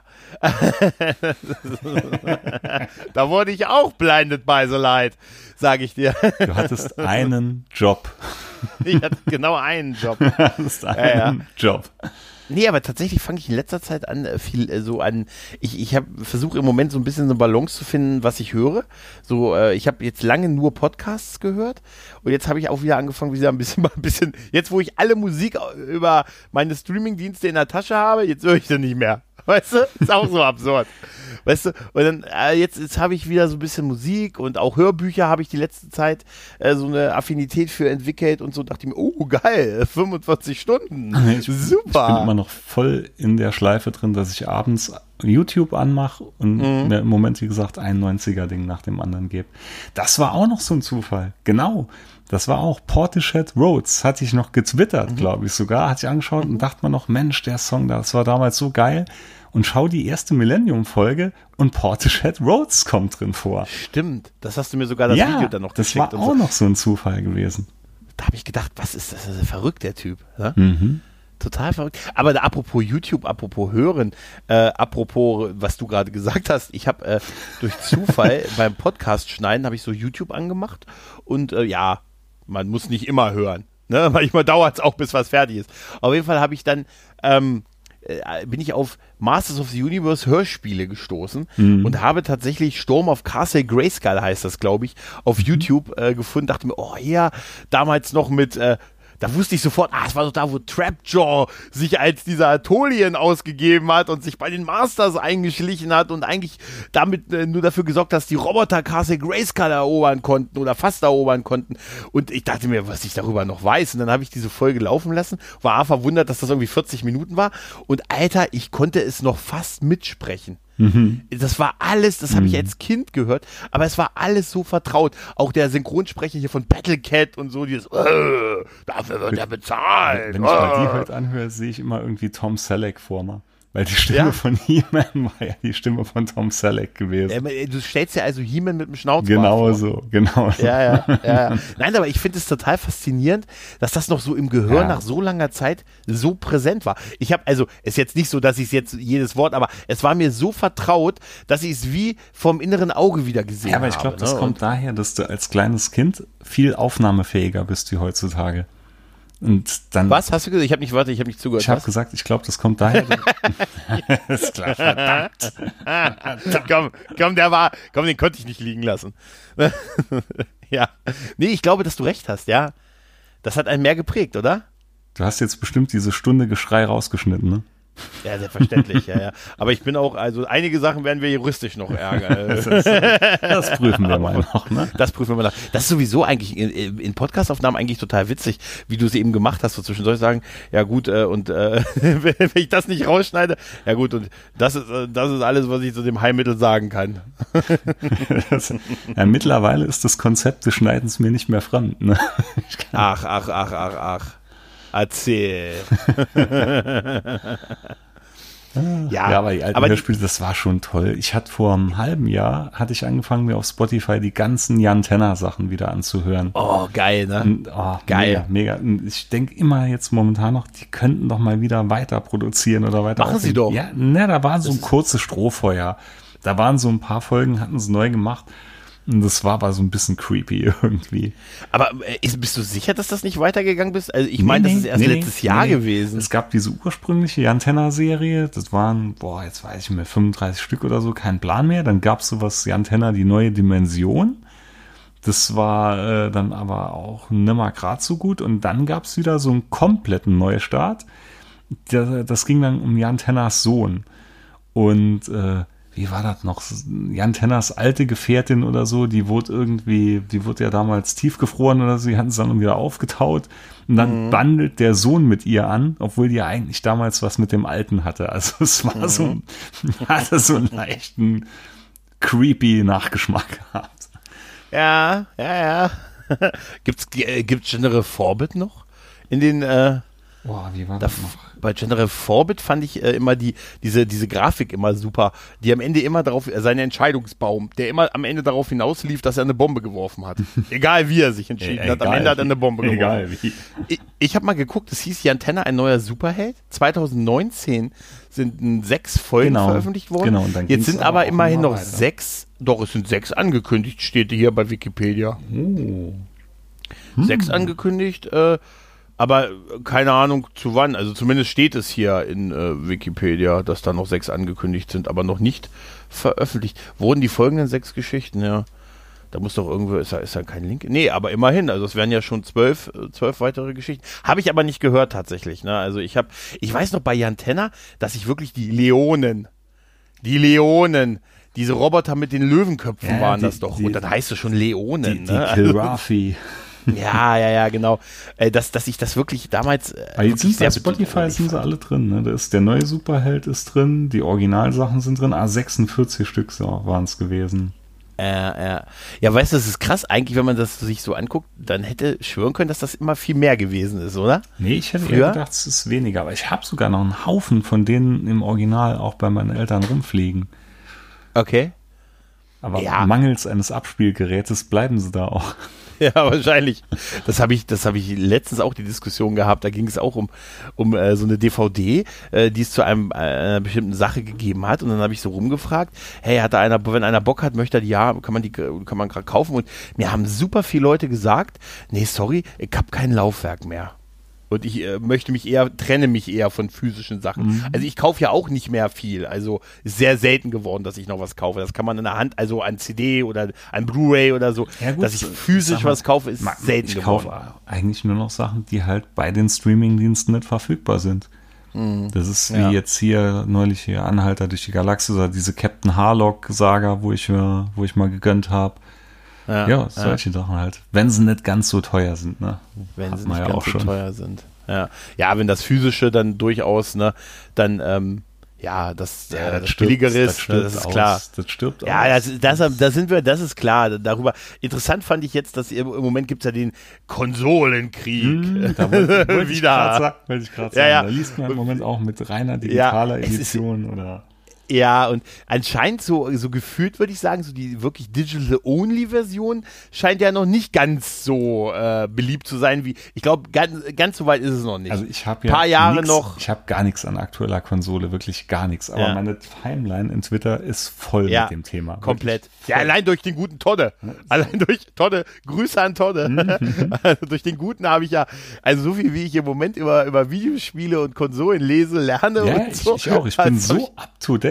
Da wurde ich auch blinded by the light, sage ich dir. Du hattest einen Job. Ich hatte genau einen Job. Du hattest einen ja, ja. Job. Nee, aber tatsächlich fange ich in letzter Zeit an, viel äh, so an, ich, ich versuche im Moment so ein bisschen so eine Balance zu finden, was ich höre. So, äh, ich habe jetzt lange nur Podcasts gehört und jetzt habe ich auch wieder angefangen, wieder ein bisschen, mal ein bisschen, jetzt wo ich alle Musik über meine Streamingdienste in der Tasche habe, jetzt höre ich sie nicht mehr. Weißt du? Ist auch so absurd. Weißt du? Und dann, äh, jetzt, jetzt habe ich wieder so ein bisschen Musik und auch Hörbücher habe ich die letzte Zeit äh, so eine Affinität für entwickelt und so dachte ich mir, oh geil, fünfundvierzig Stunden. Ich, Super. Ich bin immer noch voll in der Schleife drin, dass ich abends YouTube anmache und mhm. mir im Moment, wie gesagt, ein neunziger-Ding nach dem anderen gebe. Das war auch noch so ein Zufall. Genau. Das war auch Portishead Rhodes, hatte ich noch getwittert, mhm. glaube ich sogar, hatte ich angeschaut und dachte mir noch, Mensch, der Song, das war damals so geil. Und schau die erste Millennium-Folge und Portishead Rhodes kommt drin vor. Stimmt, das hast du mir sogar das ja, Video dann noch das geschickt. Das war auch so. noch so ein Zufall gewesen. Da habe ich gedacht, was ist das? Das ist verrückt, der Typ. Ne? Mhm. Total verrückt. Aber da, apropos YouTube, apropos Hören, äh, apropos, was du gerade gesagt hast, ich habe äh, durch Zufall beim Podcast schneiden, habe ich so YouTube angemacht und äh, ja, man muss nicht immer hören. Ne? Manchmal dauert es auch, bis was fertig ist. Auf jeden Fall habe ich dann ähm, bin ich auf Masters of the Universe Hörspiele gestoßen mhm. und habe tatsächlich Storm of Castle Grayskull, heißt das, glaube ich, auf mhm. YouTube äh, gefunden. Dachte mir, oh ja, damals noch mit, äh, da wusste ich sofort, ah, es war doch da, wo Trapjaw sich als dieser Atolien ausgegeben hat und sich bei den Masters eingeschlichen hat und eigentlich damit äh, nur dafür gesorgt hat, dass die Roboter Castle Grayskull erobern konnten oder fast erobern konnten. Und ich dachte mir, was ich darüber noch weiß. Und dann habe ich diese Folge laufen lassen, war verwundert, dass das irgendwie vierzig Minuten war. Und Alter, ich konnte es noch fast mitsprechen. Mhm. Das war alles, das habe mhm. ich als Kind gehört, aber es war alles so vertraut. Auch der Synchronsprecher hier von Battlecat und so, dieses äh, dafür wird er bezahlt. Wenn, wenn ich mal die heute anhöre, sehe ich immer irgendwie Tom Selleck vor mir. Weil die Stimme ja. von He-Man war ja die Stimme von Tom Selleck gewesen. Ja, du stellst ja also He-Man mit dem Schnauzbart Genau vor. so, genau so. Ja, ja, ja. Nein, aber ich finde es total faszinierend, dass das noch so im Gehör ja. nach so langer Zeit so präsent war. Ich habe, also, es ist jetzt nicht so, dass ich es jetzt jedes Wort, aber es war mir so vertraut, dass ich es wie vom inneren Auge wieder gesehen habe. Ja, aber ich glaube, das ne? kommt Und daher, dass du als kleines Kind viel aufnahmefähiger bist wie heutzutage. Und dann, was hast du gesagt? Ich habe nicht, warte, ich habe nicht zugehört. Ich habe gesagt, ich glaube, das kommt daher. Ist klar, verdammt. komm, komm, der war, komm, den konnte ich nicht liegen lassen. Ja, nee, ich glaube, dass du recht hast, ja. Das hat einen mehr geprägt, oder? Du hast jetzt bestimmt diese Stunde Geschrei rausgeschnitten, ne? Ja, selbstverständlich, ja, ja. Aber ich bin auch, also einige Sachen werden wir juristisch noch ärgern. Das, ist, das prüfen wir mal noch, ne? Das prüfen wir mal noch. Das ist sowieso eigentlich in, in Podcast-Aufnahmen eigentlich total witzig, wie du es eben gemacht hast. So zwischendurch sagen, ja gut, äh, und äh, wenn ich das nicht rausschneide, ja gut, und das ist, äh, das ist alles, was ich zu dem Heilmittel sagen kann. Das, ja, mittlerweile ist das Konzept des Schneidens mir nicht mehr fremd, ne? Ach, ach, ach, ach, ach. Erzähl. Ja, ja, aber die alten aber Hörspiele, das war schon toll. Ich hatte vor einem halben Jahr, hatte ich angefangen, mir auf Spotify die ganzen Jan Tenner Sachen wieder anzuhören. Oh, geil, ne? Und, oh, geil. Mega, mega. Ich denke immer jetzt momentan noch, die könnten doch mal wieder weiter produzieren oder weiter. Machen aufnehmen. Sie doch. Ja, ne, da war so ein kurzes Strohfeuer. Da waren so ein paar Folgen, hatten sie neu gemacht. Und das war aber so ein bisschen creepy irgendwie. Aber ist, bist du sicher, dass das nicht weitergegangen bist? Also ich meine, nee, das ist erst nee, letztes nee, Jahr nee. gewesen. Es gab diese ursprüngliche Jan Tenner-Serie, das waren, boah, jetzt weiß ich nicht mehr, fünfunddreißig Stück oder so, kein Plan mehr. Dann gab es sowas, Jan Tenner, die neue Dimension. Das war äh, dann aber auch nimmer gerade so gut. Und dann gab es wieder so einen kompletten Neustart. Das, das ging dann um Jan Tenners Sohn. Und äh, wie war das noch? Jan Tenners alte Gefährtin oder so, die wurde irgendwie, die wurde ja damals tiefgefroren oder so, die hatten es dann wieder aufgetaut und dann mhm. bandelt der Sohn mit ihr an, obwohl die ja eigentlich damals was mit dem Alten hatte. Also es war mhm. so, hatte so einen leichten creepy Nachgeschmack gehabt. Ja, ja, ja. Gibt's, äh, gibt's General Forbit noch? In den, äh, Boah, wie war das noch? Bei General Forbit fand ich äh, immer die, diese, diese Grafik immer super, die am Ende immer darauf, äh, seine Entscheidungsbaum, der immer am Ende darauf hinauslief, dass er eine Bombe geworfen hat. Egal wie er sich entschieden e- hat, am Ende hat er eine Bombe geworfen. Egal wie. Ich, ich habe mal geguckt, es hieß Jan Tenner, ein neuer Superheld. zwanzig neunzehn sind sechs Folgen genau, veröffentlicht worden. Genau, und dann Jetzt sind aber, aber immerhin noch weiter. sechs, doch es sind sechs angekündigt, steht hier bei Wikipedia. Oh. Hm. Sechs angekündigt, äh, aber keine Ahnung zu wann. Also zumindest steht es hier in äh, Wikipedia, dass da noch sechs angekündigt sind, aber noch nicht veröffentlicht. Wurden die folgenden sechs Geschichten, ja. Da muss doch irgendwo, ist da, ist da kein Link? Nee, aber immerhin, also es wären ja schon zwölf, zwölf weitere Geschichten. Habe ich aber nicht gehört tatsächlich, ne? Also ich habe, ich weiß noch bei Jan Tenner, dass ich wirklich die Leonen, die Leonen, diese Roboter mit den Löwenköpfen ja, waren die, das doch. Die, Und dann heißt es schon Leonen, die, ne? Die Kilrafi. Ja, ja, ja, genau. Äh, dass, dass ich das wirklich damals. Äh, jetzt sind bei Spotify sind sie alle drin. Ne? Da ist der neue Superheld ist drin, die Originalsachen sind drin. Ah, sechsundvierzig Stück so waren es gewesen. Äh, äh. Ja, weißt du, das ist krass. Eigentlich, wenn man das sich so anguckt, dann hätte schwören können, dass das immer viel mehr gewesen ist, oder? Nee, ich hätte eher gedacht, es ist weniger. Aber ich habe sogar noch einen Haufen von denen im Original auch bei meinen Eltern rumfliegen. Okay. Aber ja. mangels eines Abspielgerätes bleiben sie da auch. Ja, wahrscheinlich. Das habe ich, das habe ich letztens auch die Diskussion gehabt. Da ging es auch um, um äh, so eine D V D, äh, die es zu einem, äh, einer bestimmten Sache gegeben hat. Und dann habe ich so rumgefragt, hey, hat da einer, wenn einer Bock hat, möchte er die, ja, kann man die, kann man gerade kaufen. Und mir haben super viele Leute gesagt, nee, sorry, ich habe kein Laufwerk mehr. Und ich äh, möchte mich eher, trenne mich eher von physischen Sachen. Mhm. Also ich kaufe ja auch nicht mehr viel. Also ist sehr selten geworden, dass ich noch was kaufe. Das kann man in der Hand, also ein C D oder ein Blu-ray oder so. Ja gut, dass ich physisch mal, was kaufe, ist man, selten ich geworden. Ich kaufe eigentlich nur noch Sachen, die halt bei den Streamingdiensten nicht verfügbar sind. Mhm. Das ist wie ja. jetzt hier neulich hier Anhalter durch die Galaxie oder diese Captain Harlock-Saga, wo ich, wo ich mal gegönnt habe. Ja, ja, solche ja. Sachen halt. Wenn sie nicht ganz so teuer sind, ne? Wenn Hat sie nicht ja ganz auch so schon. teuer sind. Ja. Ja, wenn das Physische dann durchaus, ne, dann, ähm, ja, das, ja, äh, das, das stirbt, Billigere ist, das, das ist aus, klar. Das stirbt ja, aus. das, das, das sind wir, das ist klar. Darüber. Interessant fand ich jetzt, dass im Moment gibt es ja den Konsolenkrieg. Hm, da wollte, wollte wieder. Wollte ich gerade sagen. Ja, ja. Da liest man im Moment auch mit reiner digitaler ja, Edition oder. Ja, und anscheinend so, so gefühlt, würde ich sagen, so die wirklich Digital-Only-Version scheint ja noch nicht ganz so äh, beliebt zu sein, wie, ich glaube, ganz, ganz so weit ist es noch nicht. Also ich habe ja paar Jahre nix, noch. Ich habe gar nichts an aktueller Konsole, wirklich gar nichts. Aber ja. meine Timeline in Twitter ist voll ja, mit dem Thema. Komplett. Ja, allein durch den guten Todde. Allein durch Todde. Grüße an Todde. Also durch den guten habe ich ja, also so viel, wie ich im Moment über, über Videospiele und Konsolen lese, lerne ja, und so. Ich, ich auch. Ich bin so up to date.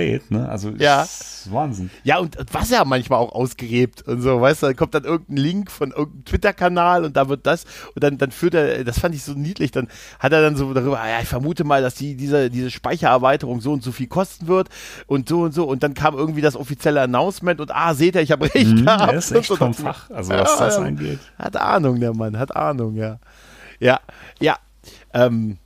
straight, ne? Also ja. ist Wahnsinn. Ja, und was er manchmal auch ausgräbt und so, weißt du, da kommt dann irgendein Link von irgendeinem Twitter-Kanal und da wird das und dann, dann führt er, das fand ich so niedlich, dann hat er dann so darüber, ja, ich vermute mal, dass die, diese, diese Speichererweiterung so und so viel kosten wird und so und so und dann kam irgendwie das offizielle Announcement und ah, seht ihr, ich habe recht mhm, gehabt. Er ist echt vom Fach, also was ja, das angeht. Hat Ahnung, der Mann, hat Ahnung, ja. Ja, ja, ähm,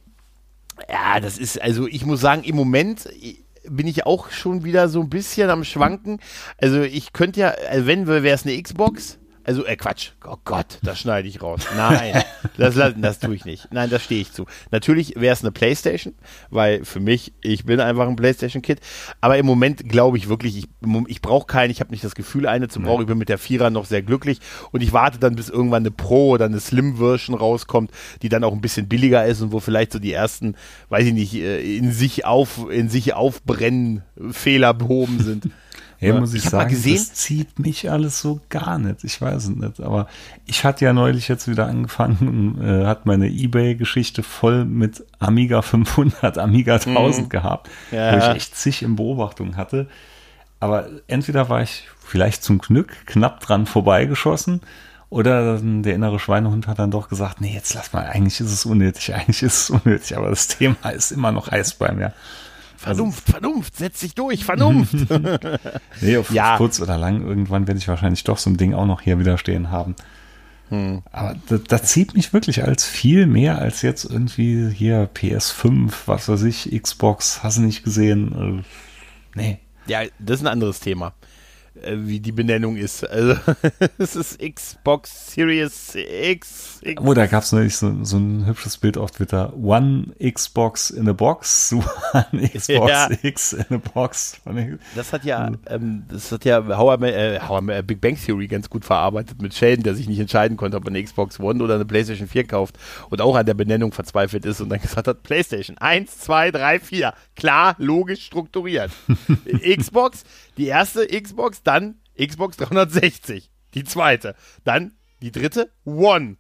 ja, das ist, also ich muss sagen, im Moment bin ich auch schon wieder so ein bisschen am Schwanken. Also ich könnte ja, also wenn, wäre es eine Xbox. Also, äh, Quatsch. Oh Gott, das schneide ich raus. Nein, das, das tue ich nicht. Nein, das stehe ich zu. Natürlich wäre es eine Playstation, weil für mich, ich bin einfach ein Playstation-Kid. Aber im Moment glaube ich wirklich, ich, ich brauche keine, ich habe nicht das Gefühl, eine zu brauchen. Ich bin mit der Vierer noch sehr glücklich und ich warte dann, bis irgendwann eine Pro oder eine Slim-Version rauskommt, die dann auch ein bisschen billiger ist und wo vielleicht so die ersten, weiß ich nicht, in sich auf, in sich aufbrennen Fehler behoben sind. Hey, muss ich, ich sagen, gesehen, das zieht mich alles so gar nicht. Ich weiß es nicht, aber ich hatte ja neulich jetzt wieder angefangen und äh, hat meine eBay-Geschichte voll mit Amiga fünfhundert, Amiga tausend mhm. gehabt, ja. wo ich echt zig in Beobachtung hatte. Aber entweder war ich vielleicht zum Glück knapp dran vorbeigeschossen oder der innere Schweinehund hat dann doch gesagt, nee, jetzt lass mal, eigentlich ist es unnötig, eigentlich ist es unnötig, aber das Thema ist immer noch heiß bei mir. Vernunft, also, Vernunft, setz dich durch, Vernunft. nee, auf ja. kurz oder lang, irgendwann werde ich wahrscheinlich doch so ein Ding auch noch hier wieder stehen haben. Hm. Aber das, das zieht mich wirklich als viel mehr als jetzt irgendwie hier P S fünf, was weiß ich, Xbox, hast du nicht gesehen? Nee. Ja, das ist ein anderes Thema, wie die Benennung ist. Also, es ist Xbox Series X. X. Oh, da gab es neulich so, so ein hübsches Bild auf Twitter. One Xbox in a Box, One Xbox ja. X in a Box. Das hat ja, ähm, das hat ja How I, äh, How I, Big Bang Theory ganz gut verarbeitet mit Sheldon, der sich nicht entscheiden konnte, ob er eine Xbox One oder eine PlayStation vier kauft und auch an der Benennung verzweifelt ist und dann gesagt hat, PlayStation eins, zwei, drei, vier. Klar, logisch, strukturiert. Xbox, die erste Xbox, dann Xbox dreihundertsechzig, die zweite, dann die dritte, One.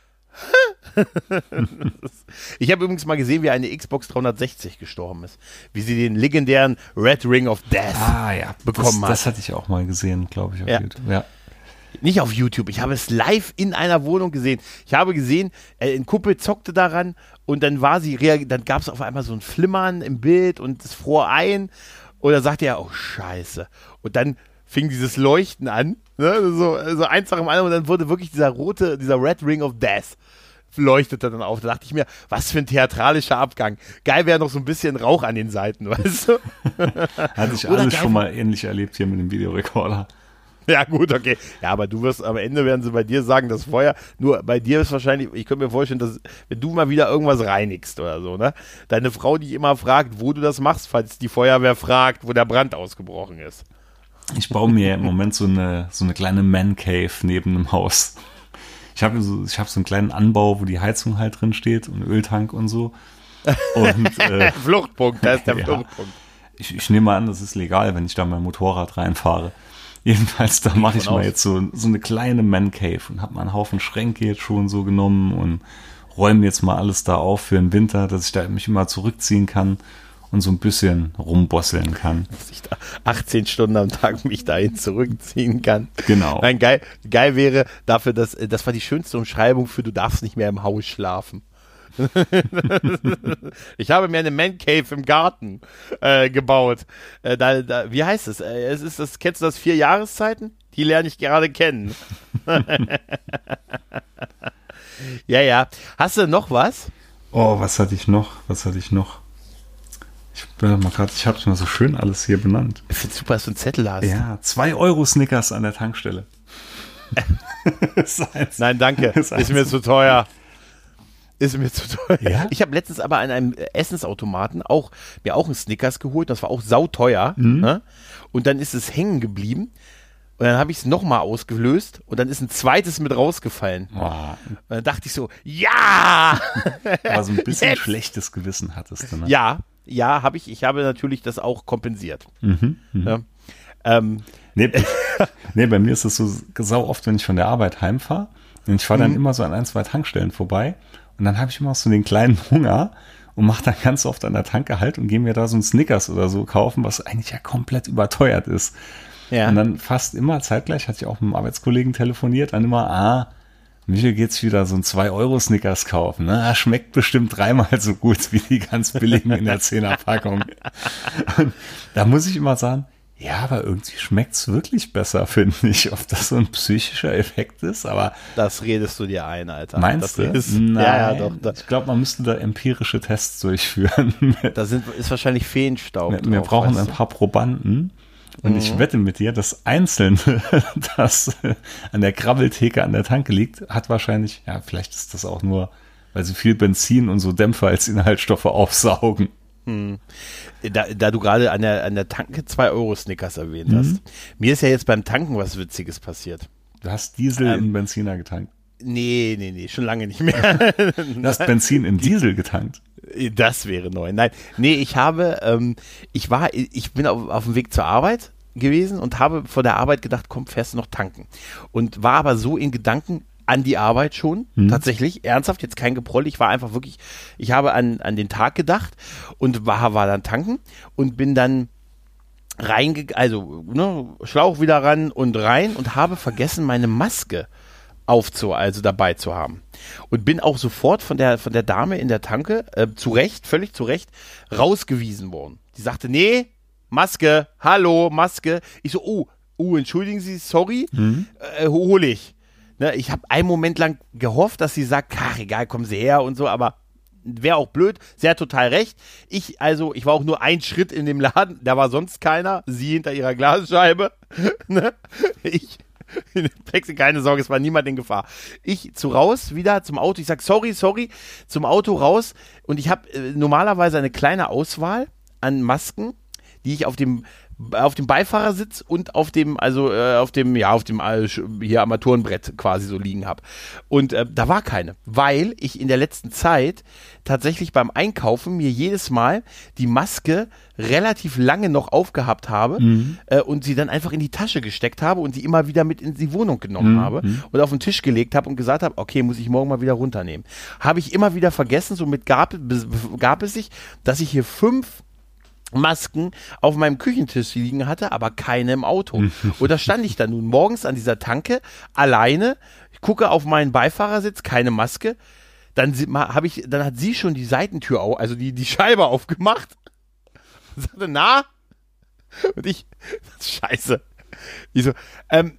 Ich habe übrigens mal gesehen, wie eine Xbox dreihundertsechzig gestorben ist, wie sie den legendären Red Ring of Death ah, ja. bekommen das, hat. Das hatte ich auch mal gesehen, glaube ich, auf ja. YouTube. Ja. Nicht auf YouTube, ich habe es live in einer Wohnung gesehen. Ich habe gesehen, äh, ein Kumpel zockte daran und dann war sie, dann gab es auf einmal so ein Flimmern im Bild und es fror ein und dann sagte er, oh Scheiße. Und dann fing dieses Leuchten an, ne? so, so eins nach dem anderen und dann wurde wirklich dieser rote, dieser Red Ring of Death leuchtete dann auf. Da dachte ich mir, was für ein theatralischer Abgang. Geil wäre noch so ein bisschen Rauch an den Seiten, weißt du? Hatte ich alles schon mal ähnlich erlebt hier mit dem Videorekorder. Ja gut, okay. Ja, aber du wirst, am Ende werden sie bei dir sagen, das Feuer, nur bei dir ist wahrscheinlich, ich könnte mir vorstellen, dass, wenn du mal wieder irgendwas reinigst oder so, ne? Deine Frau dich immer fragt, wo du das machst, falls die Feuerwehr fragt, wo der Brand ausgebrochen ist. Ich baue mir im Moment so eine, so eine kleine Man-Cave neben dem Haus. Ich habe so, ich hab so einen kleinen Anbau, wo die Heizung halt drin steht und Öltank und so. Und, äh, Fluchtpunkt, da ist der ja, Fluchtpunkt. Ich, ich nehme an, das ist legal, wenn ich da mein Motorrad reinfahre. Jedenfalls, da mache ich mal jetzt so, so eine kleine Man-Cave und habe mal einen Haufen Schränke jetzt schon so genommen und räume jetzt mal alles da auf für den Winter, dass ich da mich immer zurückziehen kann und so ein bisschen rumbosseln kann. Dass ich da achtzehn Stunden am Tag mich dahin zurückziehen kann. Genau. Nein, geil, geil wäre dafür, dass, das war die schönste Umschreibung für du darfst nicht mehr im Haus schlafen. Ich habe mir eine Man Cave im Garten äh, gebaut. Äh, da, da, wie heißt es? Äh, es ist das, kennst du das vier Jahreszeiten? Die lerne ich gerade kennen. Ja, ja. Hast du noch was? Oh, was hatte ich noch? Was hatte ich noch? Ich, äh, ich habe es mal so schön alles hier benannt. Ich finde super, dass du einen Zettel hast. Ja, zwei Euro Snickers an der Tankstelle. Nein, danke. Ist, ist mir zu teuer. Ist mir zu teuer. Ja? Ich habe letztens aber an einem Essensautomaten auch, mir auch einen Snickers geholt. Das war auch sauteuer. Mhm. Ne? Und dann ist es hängen geblieben. Und dann habe ich es nochmal ausgelöst. Und dann ist ein zweites mit rausgefallen. Wow. Und dann dachte ich so, ja! Aber so ein bisschen Jetzt. Schlechtes Gewissen hattest du, ne? Ja, ja, habe ich. Ich habe natürlich das auch kompensiert. Mhm, mhm. Ja. Ähm, nee, nee, bei mir ist es so sau oft, wenn ich von der Arbeit heimfahre. Und ich fahre dann mhm. immer so an ein, zwei Tankstellen vorbei. Und dann habe ich immer so den kleinen Hunger und mache dann ganz oft an der Tanke halt und gehe mir da so ein Snickers oder so kaufen, was eigentlich ja komplett überteuert ist. Ja. Und dann fast immer zeitgleich, hatte ich auch mit einem Arbeitskollegen telefoniert, dann immer, ah, Michel geht's wieder so ein zwei Euro Snickers kaufen. Ne? Schmeckt bestimmt dreimal so gut wie die ganz billigen in der Zehner-Packung. Und da muss ich immer sagen, ja, aber irgendwie schmeckt's wirklich besser, finde ich. Ob das so ein psychischer Effekt ist, aber... Das redest du dir ein, Alter. Meinst du? Ist, Nein, ja, ja, doch. Da, ich glaube, man müsste da empirische Tests durchführen. Da sind, ist wahrscheinlich Feenstaub Wir, drauf, wir brauchen ein du? paar Probanden. Und mhm. ich wette mit dir, das Einzelne, das an der Krabbeltheke an der Tanke liegt, hat wahrscheinlich, ja, vielleicht ist das auch nur, weil sie viel Benzin und so Dämpfer als Inhaltsstoffe aufsaugen. Hm. Da, da du gerade an der, an der Tanke zwei Euro Snickers erwähnt mhm. hast. Mir ist ja jetzt beim Tanken was Witziges passiert. Du hast Diesel ähm, in Benziner getankt. Nee, nee, nee, schon lange nicht mehr. Du hast Benzin in Diesel getankt. Das wäre neu. Nein, nee, ich habe, ähm, ich war, ich bin auf, auf dem Weg zur Arbeit gewesen und habe vor der Arbeit gedacht, komm, fährst du noch tanken. Und war aber so in Gedanken an die Arbeit schon, hm. tatsächlich, ernsthaft, jetzt kein Geproll, ich war einfach wirklich, ich habe an, an den Tag gedacht und war, war dann tanken und bin dann reingegangen, also ne, Schlauch wieder ran und rein und habe vergessen, meine Maske aufzu, also dabei zu haben. Und bin auch sofort von der, von der Dame in der Tanke, äh, zu Recht, völlig zu Recht, rausgewiesen worden. Die sagte, nee, Maske, hallo, Maske. Ich so, oh, oh, entschuldigen Sie, sorry, mhm. äh, hole ich. Ne, ich habe einen Moment lang gehofft, dass sie sagt, ach, egal, kommen Sie her und so, aber wäre auch blöd, sie hat total recht. Ich, also, ich war auch nur ein Schritt in dem Laden, da war sonst keiner, sie hinter ihrer Glasscheibe. ne? Ich Plexi, keine Sorge, es war niemand in Gefahr. Ich zu raus, wieder zum Auto, ich sag sorry, sorry, zum Auto raus und ich habe äh, normalerweise eine kleine Auswahl an Masken, die ich auf dem auf dem Beifahrersitz und auf dem, also äh, auf dem, ja, auf dem äh, hier Armaturenbrett quasi so liegen habe. Und äh, da war keine, weil ich in der letzten Zeit tatsächlich beim Einkaufen mir jedes Mal die Maske relativ lange noch aufgehabt habe mhm. äh, und sie dann einfach in die Tasche gesteckt habe und sie immer wieder mit in die Wohnung genommen mhm. habe und auf den Tisch gelegt habe und gesagt habe, okay, muss ich morgen mal wieder runternehmen. Habe ich immer wieder vergessen, somit gab, gab es sich, dass ich hier fünf Masken auf meinem Küchentisch liegen hatte, aber keine im Auto. Und da stand ich dann nun morgens an dieser Tanke alleine, ich gucke auf meinen Beifahrersitz, keine Maske, dann habe ich, dann hat sie schon die Seitentür, au, also die, die Scheibe aufgemacht und sagte, na? Und ich, scheiße. Ich so, ähm,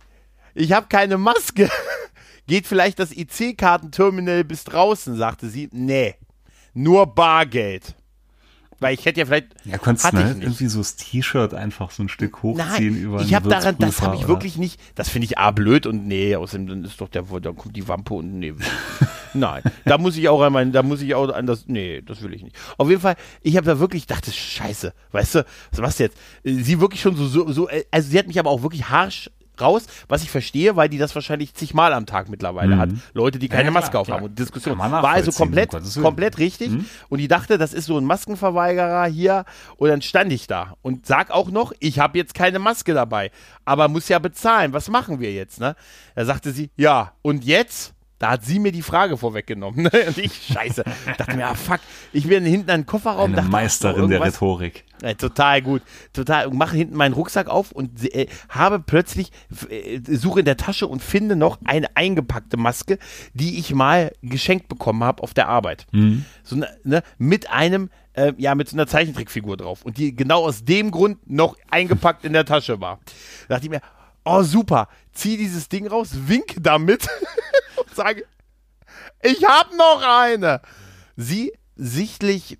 ich habe keine Maske. Geht vielleicht das I C-Kartenterminal bis draußen, sagte sie. Nee, nur Bargeld. Weil ich hätte ja vielleicht, ja, konntest ne, irgendwie so das T-Shirt einfach so ein Stück hochziehen. Nein, über ich habe daran, das habe ich oder? wirklich nicht, das finde ich A, blöd und nee, außerdem dann ist doch der, da kommt die Wampe und nee, nein, da muss ich auch an mein, da muss ich auch an das, nee, das will ich nicht. Auf jeden Fall, ich habe da wirklich, dachte, scheiße, weißt du, was machst du jetzt? Sie wirklich schon so, so, so, also sie hat mich aber auch wirklich harsch raus, was ich verstehe, weil die das wahrscheinlich zigmal am Tag mittlerweile mhm. hat. Leute, die keine ja, Maske aufhaben und Diskussion. War also komplett, komplett richtig. Mhm. Und die dachte, das ist so ein Maskenverweigerer hier. Und dann stand ich da und sag auch noch, ich habe jetzt keine Maske dabei, aber muss ja bezahlen. Was machen wir jetzt? Ne? Da sagte sie, ja, und jetzt? Da hat sie mir die Frage vorweggenommen. Ne? Und ich, scheiße, dachte mir, ah, fuck, ich bin hinten an den Kofferraum. Eine dachte, Meisterin der Rhetorik. Ja, total gut, total. Und mache hinten meinen Rucksack auf und äh, habe plötzlich, äh, suche in der Tasche und finde noch eine eingepackte Maske, die ich mal geschenkt bekommen habe auf der Arbeit. Mhm. So, ne, mit einem, äh, ja, mit so einer Zeichentrickfigur drauf. Und die genau aus dem Grund noch eingepackt in der Tasche war. Da dachte ich mir, oh super, zieh dieses Ding raus, winke damit und sage, ich hab noch eine. Sie sichtlich,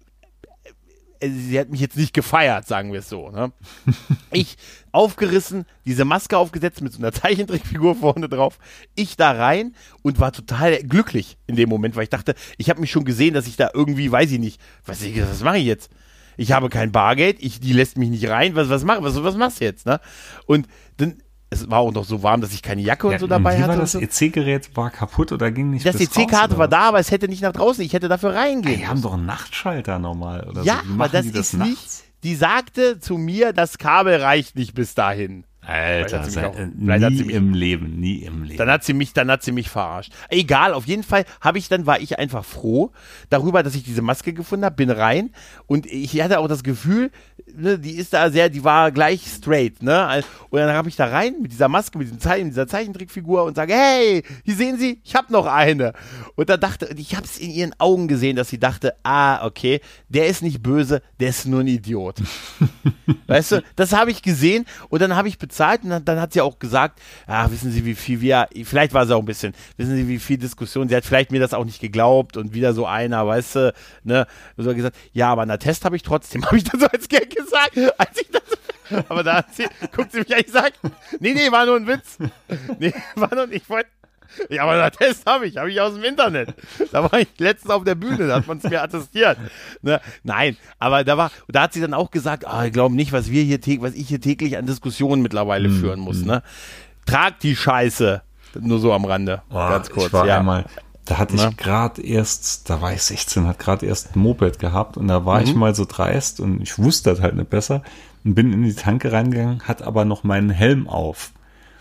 sie hat mich jetzt nicht gefeiert, sagen wir es so. Ne? Ich aufgerissen, diese Maske aufgesetzt mit so einer Zeichentrickfigur vorne drauf. Ich da rein und war total glücklich in dem Moment, weil ich dachte, ich habe mich schon gesehen, dass ich da irgendwie, weiß ich nicht, was, was mache ich jetzt? Ich habe kein Bargeld, ich, die lässt mich nicht rein, was, was, mach, was, was machst du jetzt? Ne? Und dann, es war auch noch so warm, dass ich keine Jacke und ja, so dabei wie hatte. War das so. E C-Gerät war kaputt oder ging nicht Das bis E C-Karte war da, aber es hätte nicht nach draußen. Ich hätte dafür reingehen. Die haben doch einen Nachtschalter normal oder ja, so. Ja, aber das, das ist nachts? Nicht. Die sagte zu mir, das Kabel reicht nicht bis dahin. Alter, Vielleicht hat sie mich auch, nie hat sie mich, im Leben, nie im Leben. Dann hat sie mich, dann hat sie mich verarscht. Egal, auf jeden Fall habe ich dann, war ich einfach froh darüber, dass ich diese Maske gefunden habe, bin rein und ich hatte auch das Gefühl, ne, die ist da sehr, die war gleich straight, ne? Und dann habe ich da rein mit dieser Maske, mit diesem Zeichen, dieser Zeichentrickfigur und sage, hey, hier sehen Sie, ich habe noch eine. Und da dachte, ich habe es in ihren Augen gesehen, dass sie dachte, ah, okay, der ist nicht böse, der ist nur ein Idiot. Weißt du, das habe ich gesehen und dann habe ich bezahlt und dann, dann hat sie auch gesagt, ah, wissen Sie, wie viel wir, vielleicht war sie auch ein bisschen, wissen Sie, wie viel Diskussion, sie hat vielleicht mir das auch nicht geglaubt und wieder so einer, weißt du, ne, so gesagt, ja, aber einen Attest habe ich trotzdem, habe ich dann so als Gag gesagt, als ich das, aber da hat sie, guckt sie mich an, ich sag, nee, nee, war nur ein Witz, nee, war nur, ich wollte, ja, aber einen Test habe ich, habe ich aus dem Internet. Da war ich letztens auf der Bühne, da hat man es mir attestiert. Ne? Nein, aber da war, da hat sie dann auch gesagt, ah, ich glaube nicht, was wir hier täglich, was ich hier täglich an Diskussionen mittlerweile mm, führen muss. Mm. Ne? Trag die Scheiße. Nur so am Rande, oh, ganz kurz. Ich war ja. einmal, da hatte ich gerade erst, da war ich sechzehn, hat gerade erst ein Moped gehabt und da war mhm. ich mal so dreist und ich wusste das halt nicht besser und bin in die Tanke reingegangen, hat aber noch meinen Helm auf.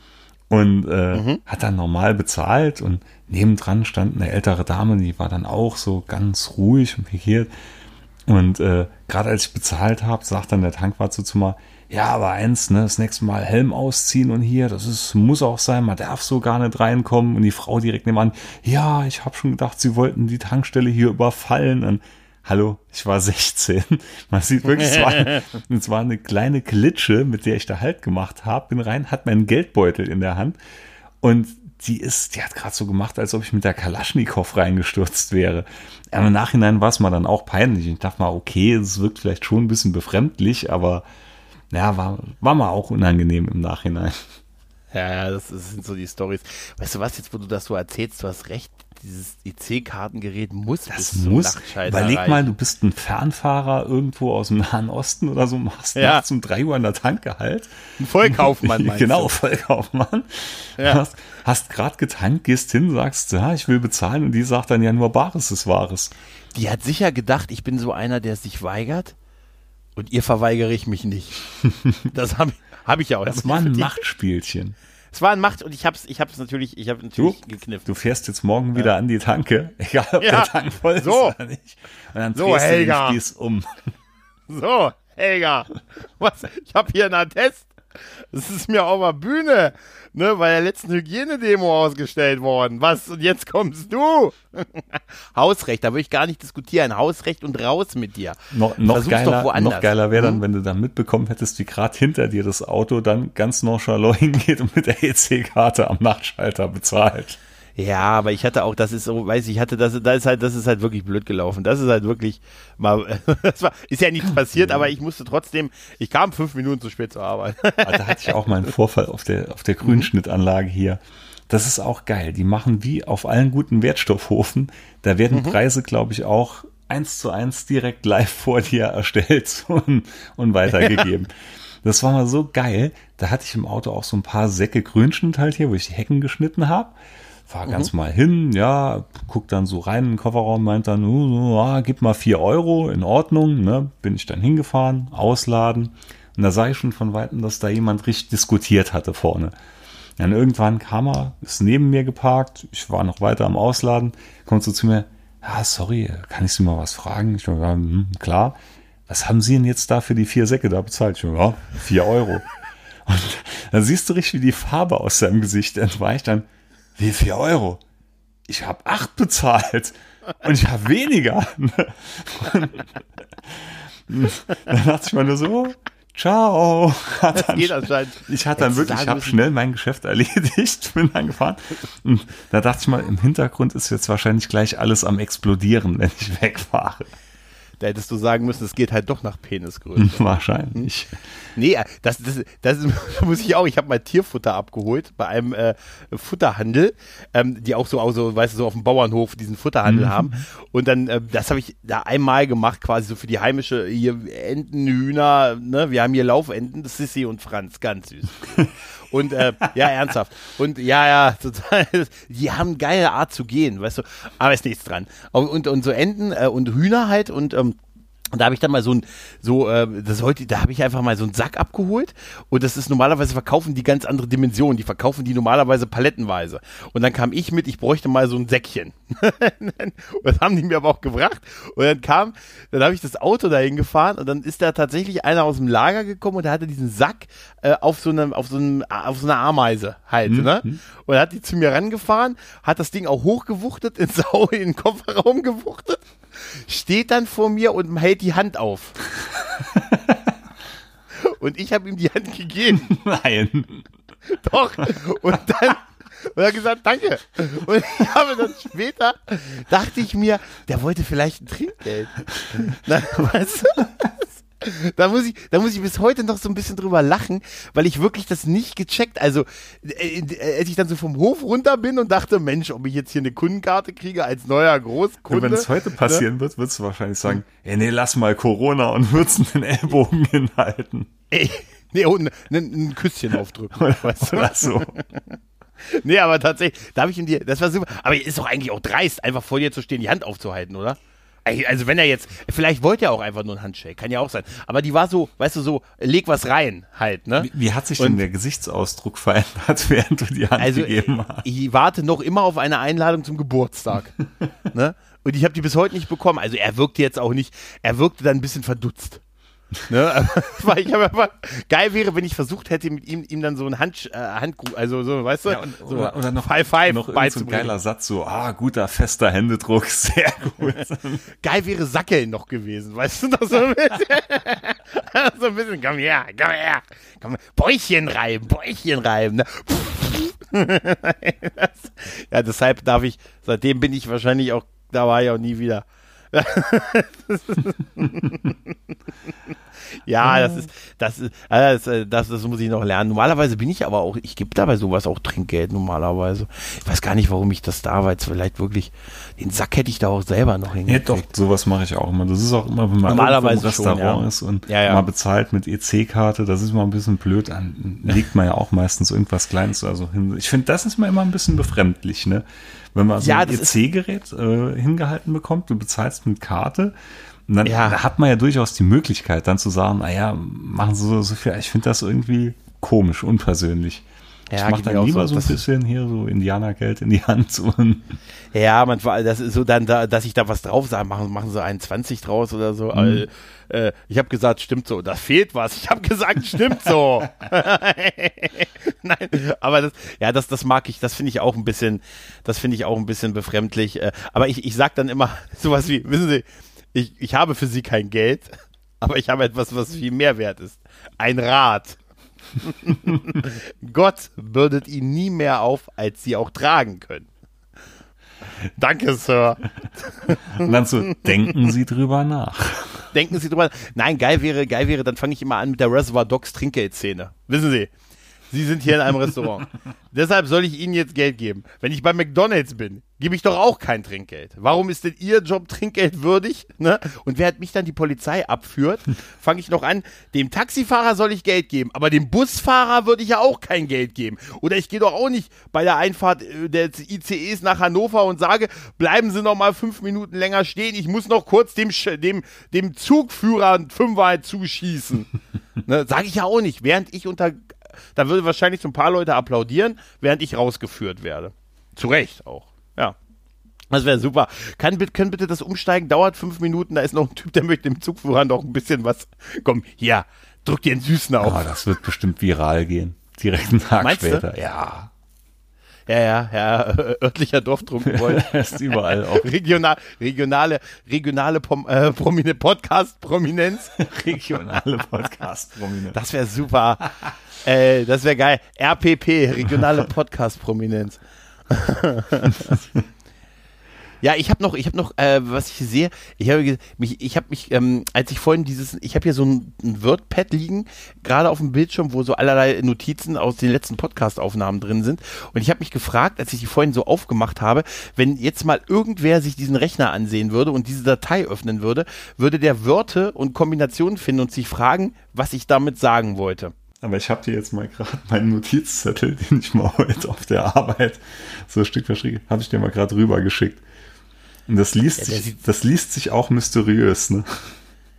Und äh, mhm. hat dann normal bezahlt und nebendran stand eine ältere Dame, die war dann auch so ganz ruhig und pikiert. Und äh, gerade als ich bezahlt habe, sagt dann der Tankwart so zu mir, ja, aber eins, ne, das nächste Mal Helm ausziehen und hier, das ist, muss auch sein, man darf so gar nicht reinkommen. Und die Frau direkt nebenan, ja, ich habe schon gedacht, sie wollten die Tankstelle hier überfallen. Und hallo, ich war sechzehn. Man sieht wirklich, es war, es war eine kleine Klitsche, mit der ich da Halt gemacht habe. Bin rein, hat meinen Geldbeutel in der Hand und die ist, die hat gerade so gemacht, als ob ich mit der Kalaschnikow reingestürzt wäre. Aber im Nachhinein war es mal dann auch peinlich. Ich dachte mal, okay, es wirkt vielleicht schon ein bisschen befremdlich, aber ja, war, war mal auch unangenehm im Nachhinein. Ja, ja, das, das sind so die Storys. Weißt du was, jetzt wo du das so erzählst, du hast recht, dieses I C-Kartengerät muss das bis muss. zum Nachtscheid Überleg erreichen. mal, du bist ein Fernfahrer irgendwo aus dem Nahen Osten oder so, machst ja. nachts um drei Uhr an der Tanke halt. Ein Vollkaufmann meinst Genau, du? Vollkaufmann. Ja. Hast, hast gerade getankt, gehst hin, sagst, ja, ich will bezahlen und die sagt dann, ja, nur Bares ist Wahres. Die hat sicher gedacht, ich bin so einer, der sich weigert und ihr verweigere ich mich nicht. Das habe ich, hab ich ja auch. Das war ein Machtspielchen. Es war ein Macht und ich hab's, ich hab's natürlich, ich habe natürlich du, gekniffen. Du fährst jetzt morgen wieder ja. an die Tanke, egal ob ja. der Tank voll so. ist oder nicht. Und dann so, drehst Helga. du den Spieß um. So, Helga, was? Ich habe hier einen Attest. Das ist mir auf der Bühne, ne, bei der letzten Hygienedemo ausgestellt worden. Was? Und jetzt kommst du? Hausrecht, da würde ich gar nicht diskutieren. Hausrecht und raus mit dir. No, noch, geiler, noch geiler wäre dann, hm? wenn du dann mitbekommen hättest, wie gerade hinter dir das Auto dann ganz nonchalant hingeht und mit der E C-Karte am Nachtschalter bezahlt. Ja, aber ich hatte auch, das ist so, weiß ich, ich hatte das, das ist halt, das ist halt wirklich blöd gelaufen. Das ist halt wirklich mal, das war, ist ja nichts passiert, aber ich musste trotzdem, ich kam fünf Minuten zu spät zur Arbeit. Da hatte ich auch mal einen Vorfall auf der, auf der Grünschnittanlage hier. Das ist auch geil. Die machen wie auf allen guten Wertstoffhofen. Da werden mhm. Preise, glaube ich, auch eins zu eins direkt live vor dir erstellt und, und weitergegeben. Ja. Das war mal so geil. Da hatte ich im Auto auch so ein paar Säcke Grünschnitt halt hier, wo ich die Hecken geschnitten habe. Fahr ganz mhm. mal hin, ja, guck dann so rein in den Kofferraum, meint dann, uh, uh, gib mal vier Euro, in Ordnung, ne, bin ich dann hingefahren, ausladen und da sah ich schon von Weitem, dass da jemand richtig diskutiert hatte vorne. Dann irgendwann kam er, ist neben mir geparkt, ich war noch weiter am Ausladen, kommt so zu mir, ja, sorry, kann ich Sie mal was fragen? Ich war, ja, hm, klar, was haben Sie denn jetzt da für die vier Säcke da bezahlt? Ich war, ja, vier Euro. Und dann siehst du richtig, wie die Farbe aus seinem Gesicht entweicht, dann, wie vier Euro? Ich habe acht bezahlt und ich habe weniger. Dann dachte ich mal nur so, ciao. Das dann, geht anscheinend. Ich hatte dann wirklich, ich habe schnell mein Geschäft erledigt, bin dann gefahren. Und da dachte ich mal, im Hintergrund ist jetzt wahrscheinlich gleich alles am explodieren, wenn ich wegfahre. Da hättest du sagen müssen, es geht halt doch nach Penisgröße. Wahrscheinlich. Hm? Nee, das, das, das muss ich auch. Ich habe mal Tierfutter abgeholt bei einem äh, Futterhandel, ähm, die auch so, auch so, weißt du, so auf dem Bauernhof diesen Futterhandel mhm. haben. Und dann, äh, das habe ich da einmal gemacht, quasi so für die heimische hier Enten, Hühner, ne? Wir haben hier Laufenten, das Sissi und Franz, ganz süß. Und äh, ja, ernsthaft. Und ja, ja, total. Die haben eine geile Art zu gehen, weißt du. Aber ist nichts dran. Und, und so Enten äh, und Hühner halt und ähm, Und da habe ich dann mal so ein, so, äh, das heute, da habe ich einfach mal so einen Sack abgeholt und das ist normalerweise, verkaufen die ganz andere Dimensionen, die verkaufen die normalerweise palettenweise. Und dann kam ich mit, ich bräuchte mal so ein Säckchen. Und das haben die mir aber auch gebracht. Und dann kam, dann habe ich das Auto dahin gefahren und dann ist da tatsächlich einer aus dem Lager gekommen und der hatte diesen Sack äh, auf so einem, auf so einem, auf so einer Ameise halt, mhm. ne? Und er hat die zu mir rangefahren, hat das Ding auch hochgewuchtet, ins Auto, in den Kofferraum gewuchtet. Steht dann vor mir und hält die Hand auf. Und ich habe ihm die Hand gegeben. Nein. Doch. Und dann und er hat gesagt, danke. Und ich habe dann später, dachte ich mir, der wollte vielleicht ein Trinkgeld. Na, weißt du? Da muss ich, da muss ich bis heute noch so ein bisschen drüber lachen, weil ich wirklich das nicht gecheckt, also äh, äh, als ich dann so vom Hof runter bin und dachte, Mensch, ob ich jetzt hier eine Kundenkarte kriege als neuer Großkunde. Wenn es heute passieren ne? wird, würdest du wahrscheinlich sagen, ey, nee, lass mal Corona und würdest den Ellbogen hinhalten. Ey, nee, und ein, ein Küsschen aufdrücken. Oder, weißt du? Oder so. Nee, aber tatsächlich, da habe ich ihm die, das war super, aber ist doch eigentlich auch dreist, einfach vor dir zu stehen, die Hand aufzuhalten, oder? Also wenn er jetzt, vielleicht wollte er auch einfach nur einen Handshake, kann ja auch sein. Aber die war so, weißt du, so, leg was rein halt, ne? Wie, wie hat sich denn und, der Gesichtsausdruck verändert, während du die Hand also, gegeben hast? Ich warte noch immer auf eine Einladung zum Geburtstag, ne? Und ich habe die bis heute nicht bekommen. Also er wirkte jetzt auch nicht, er wirkte dann ein bisschen verdutzt. Ne? Weil ich aber geil wäre, wenn ich versucht hätte, mit ihm, ihm dann so ein Hand, äh, Handgruß, also so, weißt du, ja, und, so oder, oder noch, High Five noch irgend so ein geiler Satz, so, ah, guter, fester Händedruck, sehr gut. Geil wäre Sackeln noch gewesen, weißt du, noch so ein bisschen, so ein bisschen, komm her, komm her, komm, Bäuchchen reiben, Bäuchchen reiben, ne? das, ja, deshalb darf ich, seitdem bin ich wahrscheinlich auch, da war ich auch nie wieder. Ja, das ist, das ist, das, das, das muss ich noch lernen. Normalerweise bin ich aber auch, ich gebe da bei sowas auch Trinkgeld normalerweise. Ich weiß gar nicht, warum ich das da war. Jetzt vielleicht wirklich, den Sack hätte ich da auch selber noch hingekriegt. Ja, doch, sowas mache ich auch immer. Das ist auch immer, wenn man normalerweise im Restaurant schon, ja. ist und ja, ja. mal bezahlt mit E C-Karte, das ist mal ein bisschen blöd. Dann legt man ja auch meistens irgendwas Kleines also hin. Ich finde, das ist mal immer ein bisschen befremdlich, ne? Wenn man so ja, ein E C-Gerät äh, hingehalten bekommt, du bezahlst mit Karte, und dann ja. hat man ja durchaus die Möglichkeit, dann zu sagen, naja, machen Sie so, so viel. Ich finde das irgendwie komisch, unpersönlich. Ja, ich mache dann lieber so, so ein bisschen hier so Indianergeld in die Hand. Und ja, manchmal, das ist so dann, da, dass ich da was drauf sage, machen, machen so einen zwanzig draus oder so. Mhm. Also, äh, ich habe gesagt, stimmt so. Da fehlt was. Ich habe gesagt, stimmt so. Nein, aber das, ja, das, das mag ich. Das finde ich auch ein bisschen, das finde ich auch ein bisschen befremdlich. Aber ich, ich sag dann immer sowas wie, wissen Sie, ich, ich habe für Sie kein Geld, aber ich habe etwas, was viel mehr wert ist. Ein Rad. Gott bürdet ihn nie mehr auf, als sie auch tragen können. Danke, Sir. Und dann so, denken Sie drüber nach. Denken Sie drüber nach. Nein, geil wäre, geil wäre, dann fange ich immer an mit der Reservoir Dogs Trinkgeldszene. Wissen Sie, Sie sind hier in einem Restaurant. Deshalb soll ich Ihnen jetzt Geld geben. Wenn ich bei McDonald's bin, gebe ich doch auch kein Trinkgeld. Warum ist denn Ihr Job trinkgeldwürdig? Ne? Und während mich dann die Polizei abführt, fange ich noch an, dem Taxifahrer soll ich Geld geben, aber dem Busfahrer würde ich ja auch kein Geld geben. Oder ich gehe doch auch nicht bei der Einfahrt des I C Es nach Hannover und sage, bleiben Sie noch mal fünf Minuten länger stehen, ich muss noch kurz dem, dem, dem Zugführer einen Fünfer zuschießen. Ne? Sage ich ja auch nicht, während ich unter... Da würde wahrscheinlich so ein paar Leute applaudieren, während ich rausgeführt werde. Zu Recht auch. Ja. Das wäre super. Kann, können bitte das Umsteigen, dauert fünf Minuten, da ist noch ein Typ, der möchte dem Zugführer noch ein bisschen was. Komm, hier, drück dir einen Süßen auf. Oh, das wird bestimmt viral gehen. Direkt einen Tag Meinst später. Du? Ja. Ja, ja, ja, örtlicher Dorftrunkenbold. ist überall auch. Regional, regionale, regionale Pom, äh, Promine, Podcast-Prominenz. Regionale Podcast-Prominenz. Das wäre super. äh, das wäre geil. R P P, regionale Podcast-Prominenz. Ja, ich habe noch, ich habe noch, äh, was ich sehe, ich habe mich, ich habe mich, ähm, als ich vorhin dieses, ich habe hier so ein, ein WordPad liegen, gerade auf dem Bildschirm, wo so allerlei Notizen aus den letzten Podcast-Aufnahmen drin sind. Und ich habe mich gefragt, als ich die vorhin so aufgemacht habe, wenn jetzt mal irgendwer sich diesen Rechner ansehen würde und diese Datei öffnen würde, würde der Wörter und Kombinationen finden und sich fragen, was ich damit sagen wollte. Aber ich habe dir jetzt mal gerade meinen Notizzettel, den ich mal heute auf der Arbeit so Stück für Stück, habe ich dir mal gerade rübergeschickt. Und das liest, ja, sich, das liest sich auch mysteriös, ne?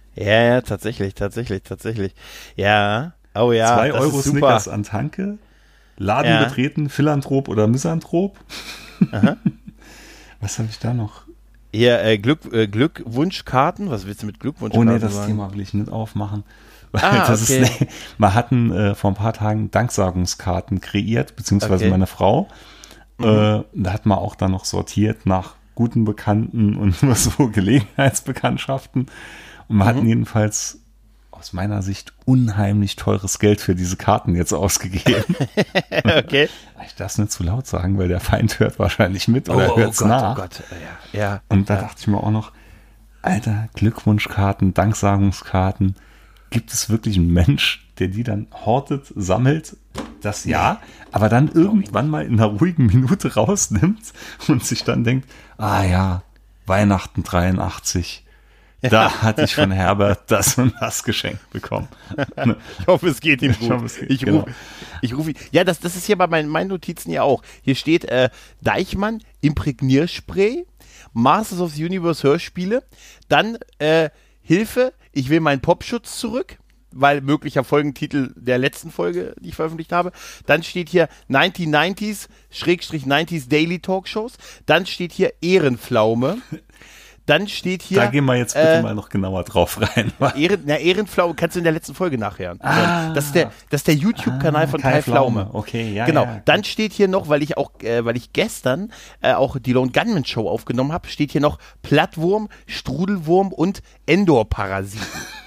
Ja, ja, tatsächlich, tatsächlich, tatsächlich. Ja, oh ja. Zwei Euro Snickers an Tanke, Laden ja. betreten, Philanthrop oder Misanthrop. Aha. Was habe ich da noch? Hier, äh, Glück, äh, Glückwunschkarten. Was willst du mit Glückwunschkarten Oh nee, das sagen? Thema will ich nicht aufmachen. Weil Ah, das okay. ist, nee, wir hatten äh, vor ein paar Tagen Danksagungskarten kreiert, beziehungsweise Okay. meine Frau. Mhm. Äh, da hat man auch dann noch sortiert nach guten Bekannten und so Gelegenheitsbekanntschaften. Und wir Mhm. hatten jedenfalls aus meiner Sicht unheimlich teures Geld für diese Karten jetzt ausgegeben. Okay. Ich darf es nicht zu laut sagen, weil der Feind hört wahrscheinlich mit oder oh, hört es Gott, nach. Oh Gott, ja. ja. Und da ja. dachte ich mir auch noch, Alter, Glückwunschkarten, Danksagungskarten. Gibt es wirklich einen Mensch, der die dann hortet, sammelt? Das ja, aber dann irgendwann mal in einer ruhigen Minute rausnimmt und sich dann denkt, ah ja, Weihnachten dreiundachtzig, da hatte ich von Herbert das und das geschenkt bekommen. Ich hoffe, es geht ihm gut. Ich hoffe, es geht- Ich genau. rufe, ich rufe, ja, das, das ist hier bei meinen, meinen Notizen ja auch. Hier steht äh, Deichmann, Imprägnierspray, Masters of the Universe Hörspiele, dann äh, Hilfe, ich will meinen Popschutz zurück, weil möglicher Folgentitel der letzten Folge, die ich veröffentlicht habe. Dann steht hier neunzehnhundertneunzig Schrägstrich neunzig Daily Talkshows. Dann steht hier Ehrenpflaume. Dann steht hier... Da gehen wir jetzt bitte äh, mal noch genauer drauf rein. Ehren, na, Ehrenpflaume kannst du in der letzten Folge nachhören. Ah. das ist der, das ist der YouTube-Kanal Ah, von Kai Kai Pflaume. Pflaume. Okay, ja, Genau. ja. Dann steht hier noch, weil ich auch, äh, weil ich gestern äh, auch die Lone Gunman Show aufgenommen habe, steht hier noch Plattwurm, Strudelwurm und Endorparasiten.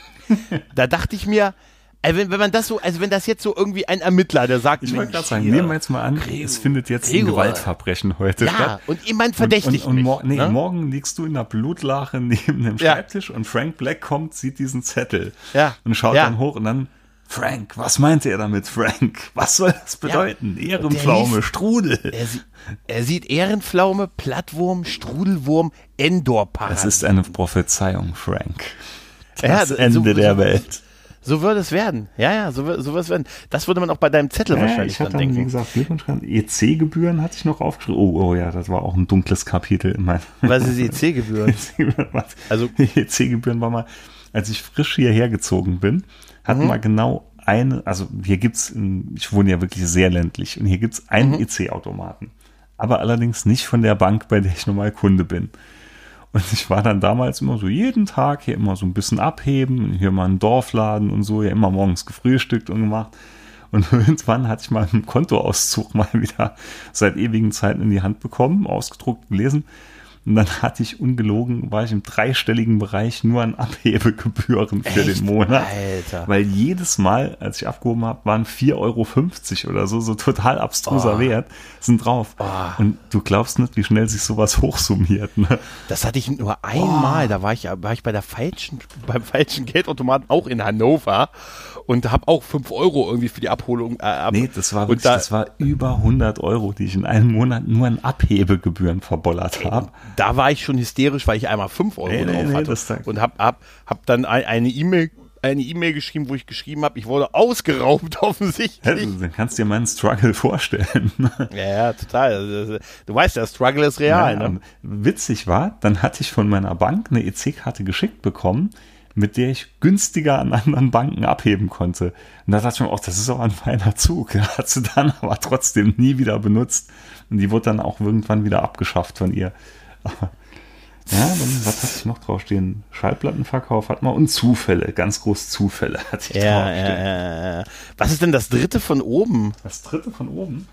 Da dachte ich mir, also wenn, wenn man das so, also wenn das jetzt so irgendwie ein Ermittler, der sagt, Ich wollte Mensch, gerade sagen, hier, nehmen wir jetzt mal an, Gregor, es findet jetzt ein Gregor. Gewaltverbrechen heute ja, statt. und jemand verdächtigt und, und, und mor mich. nee, ne? morgen liegst du in einer Blutlache neben dem Ja. Schreibtisch und Frank Black kommt, sieht diesen Zettel Ja. und schaut Ja. dann hoch und dann, Frank, was meinte er damit, Frank? Was soll das bedeuten? Ehrenpflaume, liest- Strudel. Er, sie, er sieht Ehrenpflaume, Plattwurm, Strudelwurm, Endorparasiten. Das ist eine Prophezeiung, Frank. Das Ja, so- Ende so- der so- Welt. So würde es werden. Ja, ja, so, wür- so würde es werden. Das würde man auch bei deinem Zettel Ja, wahrscheinlich ich hatte dann dann, wie denken. gesagt, Glückwunschkarten. E C-Gebühren hatte ich noch aufgeschrieben. Oh, oh ja, das war auch ein dunkles Kapitel in meinem. Was ist E C-Gebühren? Also- E C-Gebühren war mal, als ich frisch hierher gezogen bin, hatten Mhm. wir genau eine, also hier gibt's, in, ich wohne ja wirklich sehr ländlich und hier gibt's einen Mhm. E C-Automaten. Aber allerdings nicht von der Bank, bei der ich normal Kunde bin. Und ich war dann damals immer so jeden Tag hier immer so ein bisschen abheben, hier mal einen Dorfladen und so, ja immer morgens gefrühstückt und gemacht. Und irgendwann hatte ich mal einen Kontoauszug mal wieder seit ewigen Zeiten in die Hand bekommen, ausgedruckt, gelesen. Und dann hatte ich ungelogen, war ich im dreistelligen Bereich nur an Abhebegebühren für Echt? den Monat. Alter. Weil jedes Mal, als ich abgehoben habe, waren vier Euro fünfzig oder so, so total abstruser Oh. Wert, sind drauf. Oh. Und du glaubst nicht, wie schnell sich sowas hochsummiert. Ne? Das hatte ich nur einmal. Da war ich, war ich bei der falschen, beim falschen Geldautomaten auch in Hannover und habe auch fünf Euro irgendwie für die Abholung. Äh, ab. Nee, das war Und wirklich, da- das war über hundert Euro, die ich in einem Monat nur an Abhebegebühren verbollert habe. Da war ich schon hysterisch, weil ich einmal fünf Euro Nee, nee, drauf nee, hatte. das da- Und hab, hab, hab dann ein, eine E-Mail eine E-Mail geschrieben, wo ich geschrieben habe, ich wurde ausgeraubt offensichtlich. Also, dann kannst du dir meinen Struggle vorstellen. Ja, ja, total. Also, Du weißt, der Struggle ist real. Ja, ne? und witzig war, dann hatte ich von meiner Bank eine E C-Karte geschickt bekommen, mit der ich günstiger an anderen Banken abheben konnte. Und da dachte ich mir, oh, das ist auch ein feiner Zug. Ja, hat sie dann aber trotzdem nie wieder benutzt. Und die wurde dann auch irgendwann wieder abgeschafft von ihr. Aber ja, dann, was hatte ich noch draufstehen? Schallplattenverkauf hat man und Zufälle, ganz groß Zufälle hatte ich Ja, draufstehen. ja, ja, ja. Was ist denn das dritte von oben? Das dritte von oben?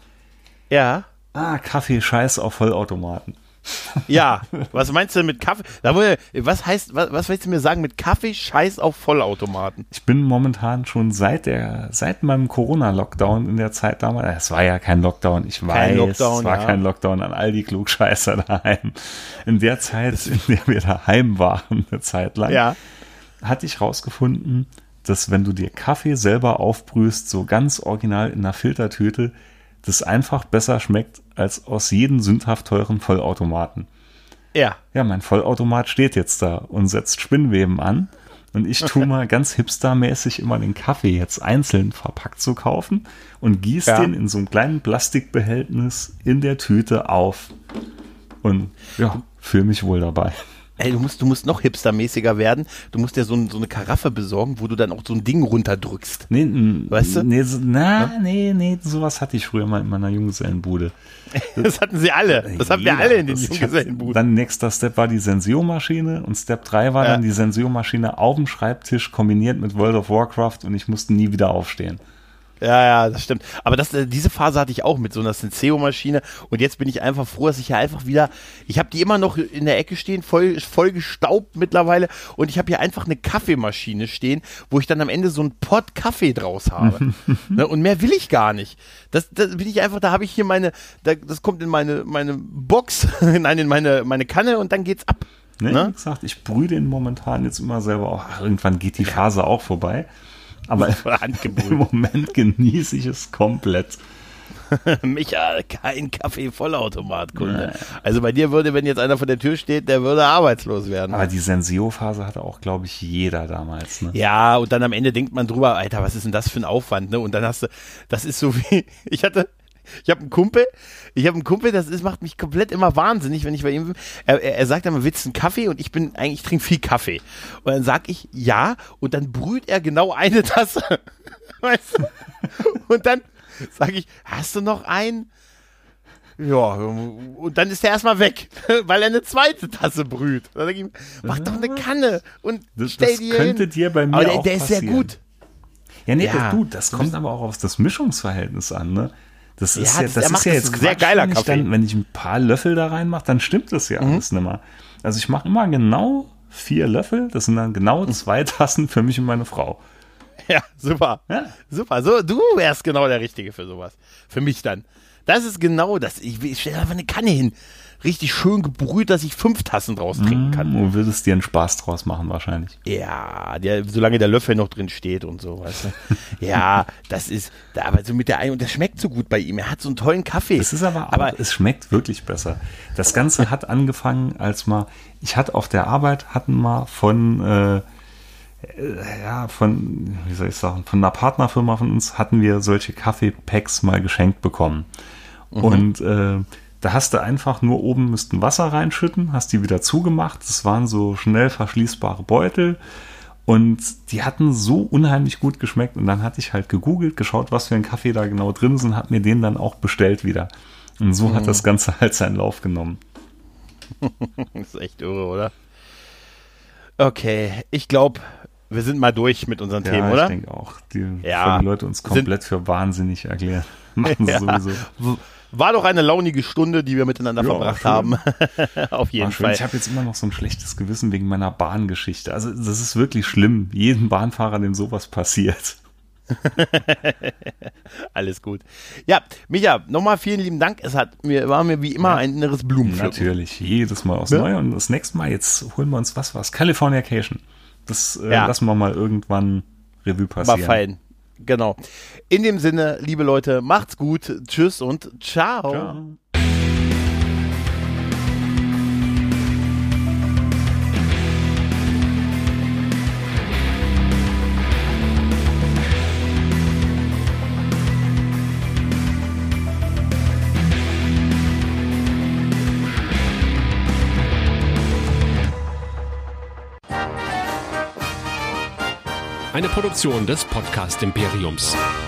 Ja. Ah, Kaffee, Scheiß auf Vollautomaten. Ja, was meinst du denn mit Kaffee? Da wurde, was heißt, was, was willst du mir sagen mit Kaffee, Scheiß auf Vollautomaten? Ich bin momentan schon seit der, seit meinem Corona-Lockdown in der Zeit damals, es war ja kein Lockdown, ich weiß, Kein Lockdown, es war ja. kein Lockdown an all die Klugscheißer daheim. In der Zeit, in der wir daheim waren, eine Zeit lang, Ja. hatte ich rausgefunden, dass wenn du dir Kaffee selber aufbrühst, so ganz original in einer Filtertüte, das einfach besser schmeckt als aus jedem sündhaft teuren Vollautomaten. Ja. Ja, mein Vollautomat steht jetzt da und setzt Spinnweben an. Und ich tue mal ganz hipstermäßig immer den Kaffee jetzt einzeln verpackt zu kaufen und gieße Ja. den in so einem kleinen Plastikbehältnis in der Tüte auf. Und ja, fühle mich wohl dabei. Ey, du musst, du musst noch hipstermäßiger werden. Du musst ja so, ein, so eine Karaffe besorgen, wo du dann auch so ein Ding runterdrückst. Nee, weißt du? Nee, so, na, ja? nee, nee, sowas hatte ich früher mal in meiner Junggesellenbude. Das hatten sie alle. Das hatten wir alle in den Junggesellenbuden. Dann nächster Step war die Senseo-Maschine und Step drei war ja. dann die Senseo-Maschine auf dem Schreibtisch kombiniert mit World of Warcraft und ich musste nie wieder aufstehen. Ja, ja, das stimmt. Aber das, diese Phase hatte ich auch mit so einer Senseo-Maschine und jetzt bin ich einfach froh, dass ich hier einfach wieder, ich habe die immer noch in der Ecke stehen, voll, voll gestaubt mittlerweile und ich habe hier einfach eine Kaffeemaschine stehen, wo ich dann am Ende so einen Pott Kaffee draus habe. Ne, und mehr will ich gar nicht. Das, das bin ich einfach, da habe ich hier meine, da, das kommt in meine, meine Box, nein, in meine, meine Kanne und dann geht's ab. Nee, ne? Wie gesagt, ich brühe den momentan jetzt immer selber auch. Ach, irgendwann geht die Phase auch vorbei. Aber im Moment genieße ich es komplett. Micha, kein Kaffee-Vollautomat-Kunde. Nee. Also bei dir würde, wenn jetzt einer vor der Tür steht, der würde arbeitslos werden. Aber die Senseo-Phase hatte auch, glaube ich, jeder damals. Ne? Ja, und dann am Ende denkt man drüber, Alter, was ist denn das für ein Aufwand? Ne? Und dann hast du, das ist so wie, ich hatte... Ich habe einen Kumpel, ich habe einen Kumpel, das ist, macht mich komplett immer wahnsinnig, wenn ich bei ihm bin. Er, er, er sagt immer, willst du einen Kaffee? Und ich bin eigentlich, ich trinke viel Kaffee. Und dann sag ich, ja. Und dann brüht er genau eine Tasse. Weißt du? Und dann sage ich, hast du noch einen? Ja. Und dann ist er erstmal weg, weil er eine zweite Tasse brüht. Dann sag ich ihm, mach doch eine Kanne und das, stell das die könnte hin. dir bei mir aber der, auch der ist sehr passieren. gut. Ja, nee, ja. Das, du, das kommt aber auch auf das Mischungsverhältnis an, ne? Das ist ja, ja, das, das ist ja jetzt sehr Quatsch, geiler wenn ich Kaffee. Dann, wenn ich ein paar Löffel da reinmache, dann stimmt das ja mhm. alles nicht mehr. Also ich mache immer genau vier Löffel, das sind dann genau zwei Tassen für mich und meine Frau. Ja, super. Ja. Super. So, du wärst genau der Richtige für sowas. Für mich dann. Das ist genau das. Ich, ich stelle einfach eine Kanne hin. Richtig schön gebrüht, dass ich fünf Tassen draus trinken kann. Du würdest dir einen Spaß draus machen wahrscheinlich. Ja, der, solange der Löffel noch drin steht und so, weißt du. Ja, das ist, da, aber so mit der Ei, und das schmeckt so gut bei ihm. Er hat so einen tollen Kaffee. Es ist aber, aber es schmeckt wirklich besser. Das Ganze hat angefangen, als mal, ich hatte auf der Arbeit, hatten mal von, äh, ja, von, wie soll ich sagen, von einer Partnerfirma von uns hatten wir solche Kaffeepacks mal geschenkt bekommen. Mhm. Und, äh, da hast du einfach nur oben müssten Wasser reinschütten, hast die wieder zugemacht. Das waren so schnell verschließbare Beutel und die hatten so unheimlich gut geschmeckt. Und dann hatte ich halt gegoogelt, geschaut, was für ein Kaffee da genau drin ist und hab mir den dann auch bestellt wieder. Und so mhm. hat das Ganze halt seinen Lauf genommen. Das ist echt irre, oder? Okay, ich glaube, wir sind mal durch mit unseren ja, Themen, oder? Ich denke auch. Die, ja, die Leute uns komplett sind, für wahnsinnig erklären. Machen sie ja. sowieso. War doch eine launige Stunde, die wir miteinander ja, verbracht schön. haben. Auf jeden Fall. Ich habe jetzt immer noch so ein schlechtes Gewissen wegen meiner Bahngeschichte. Also das ist wirklich schlimm. Jedem Bahnfahrer, dem sowas passiert. Alles gut. Ja, Micha, nochmal vielen lieben Dank. Es hat mir, war mir wie immer ein inneres Blumenpflücken. Natürlich, jedes Mal aufs ja. Neue. Und das nächste Mal, jetzt holen wir uns was, was Californication. Das äh, ja. lassen wir mal irgendwann Revue passieren. Mal fein. Genau. In dem Sinne, liebe Leute, macht's gut. Tschüss und ciao. Ciao. Eine Produktion des Podcast Imperiums.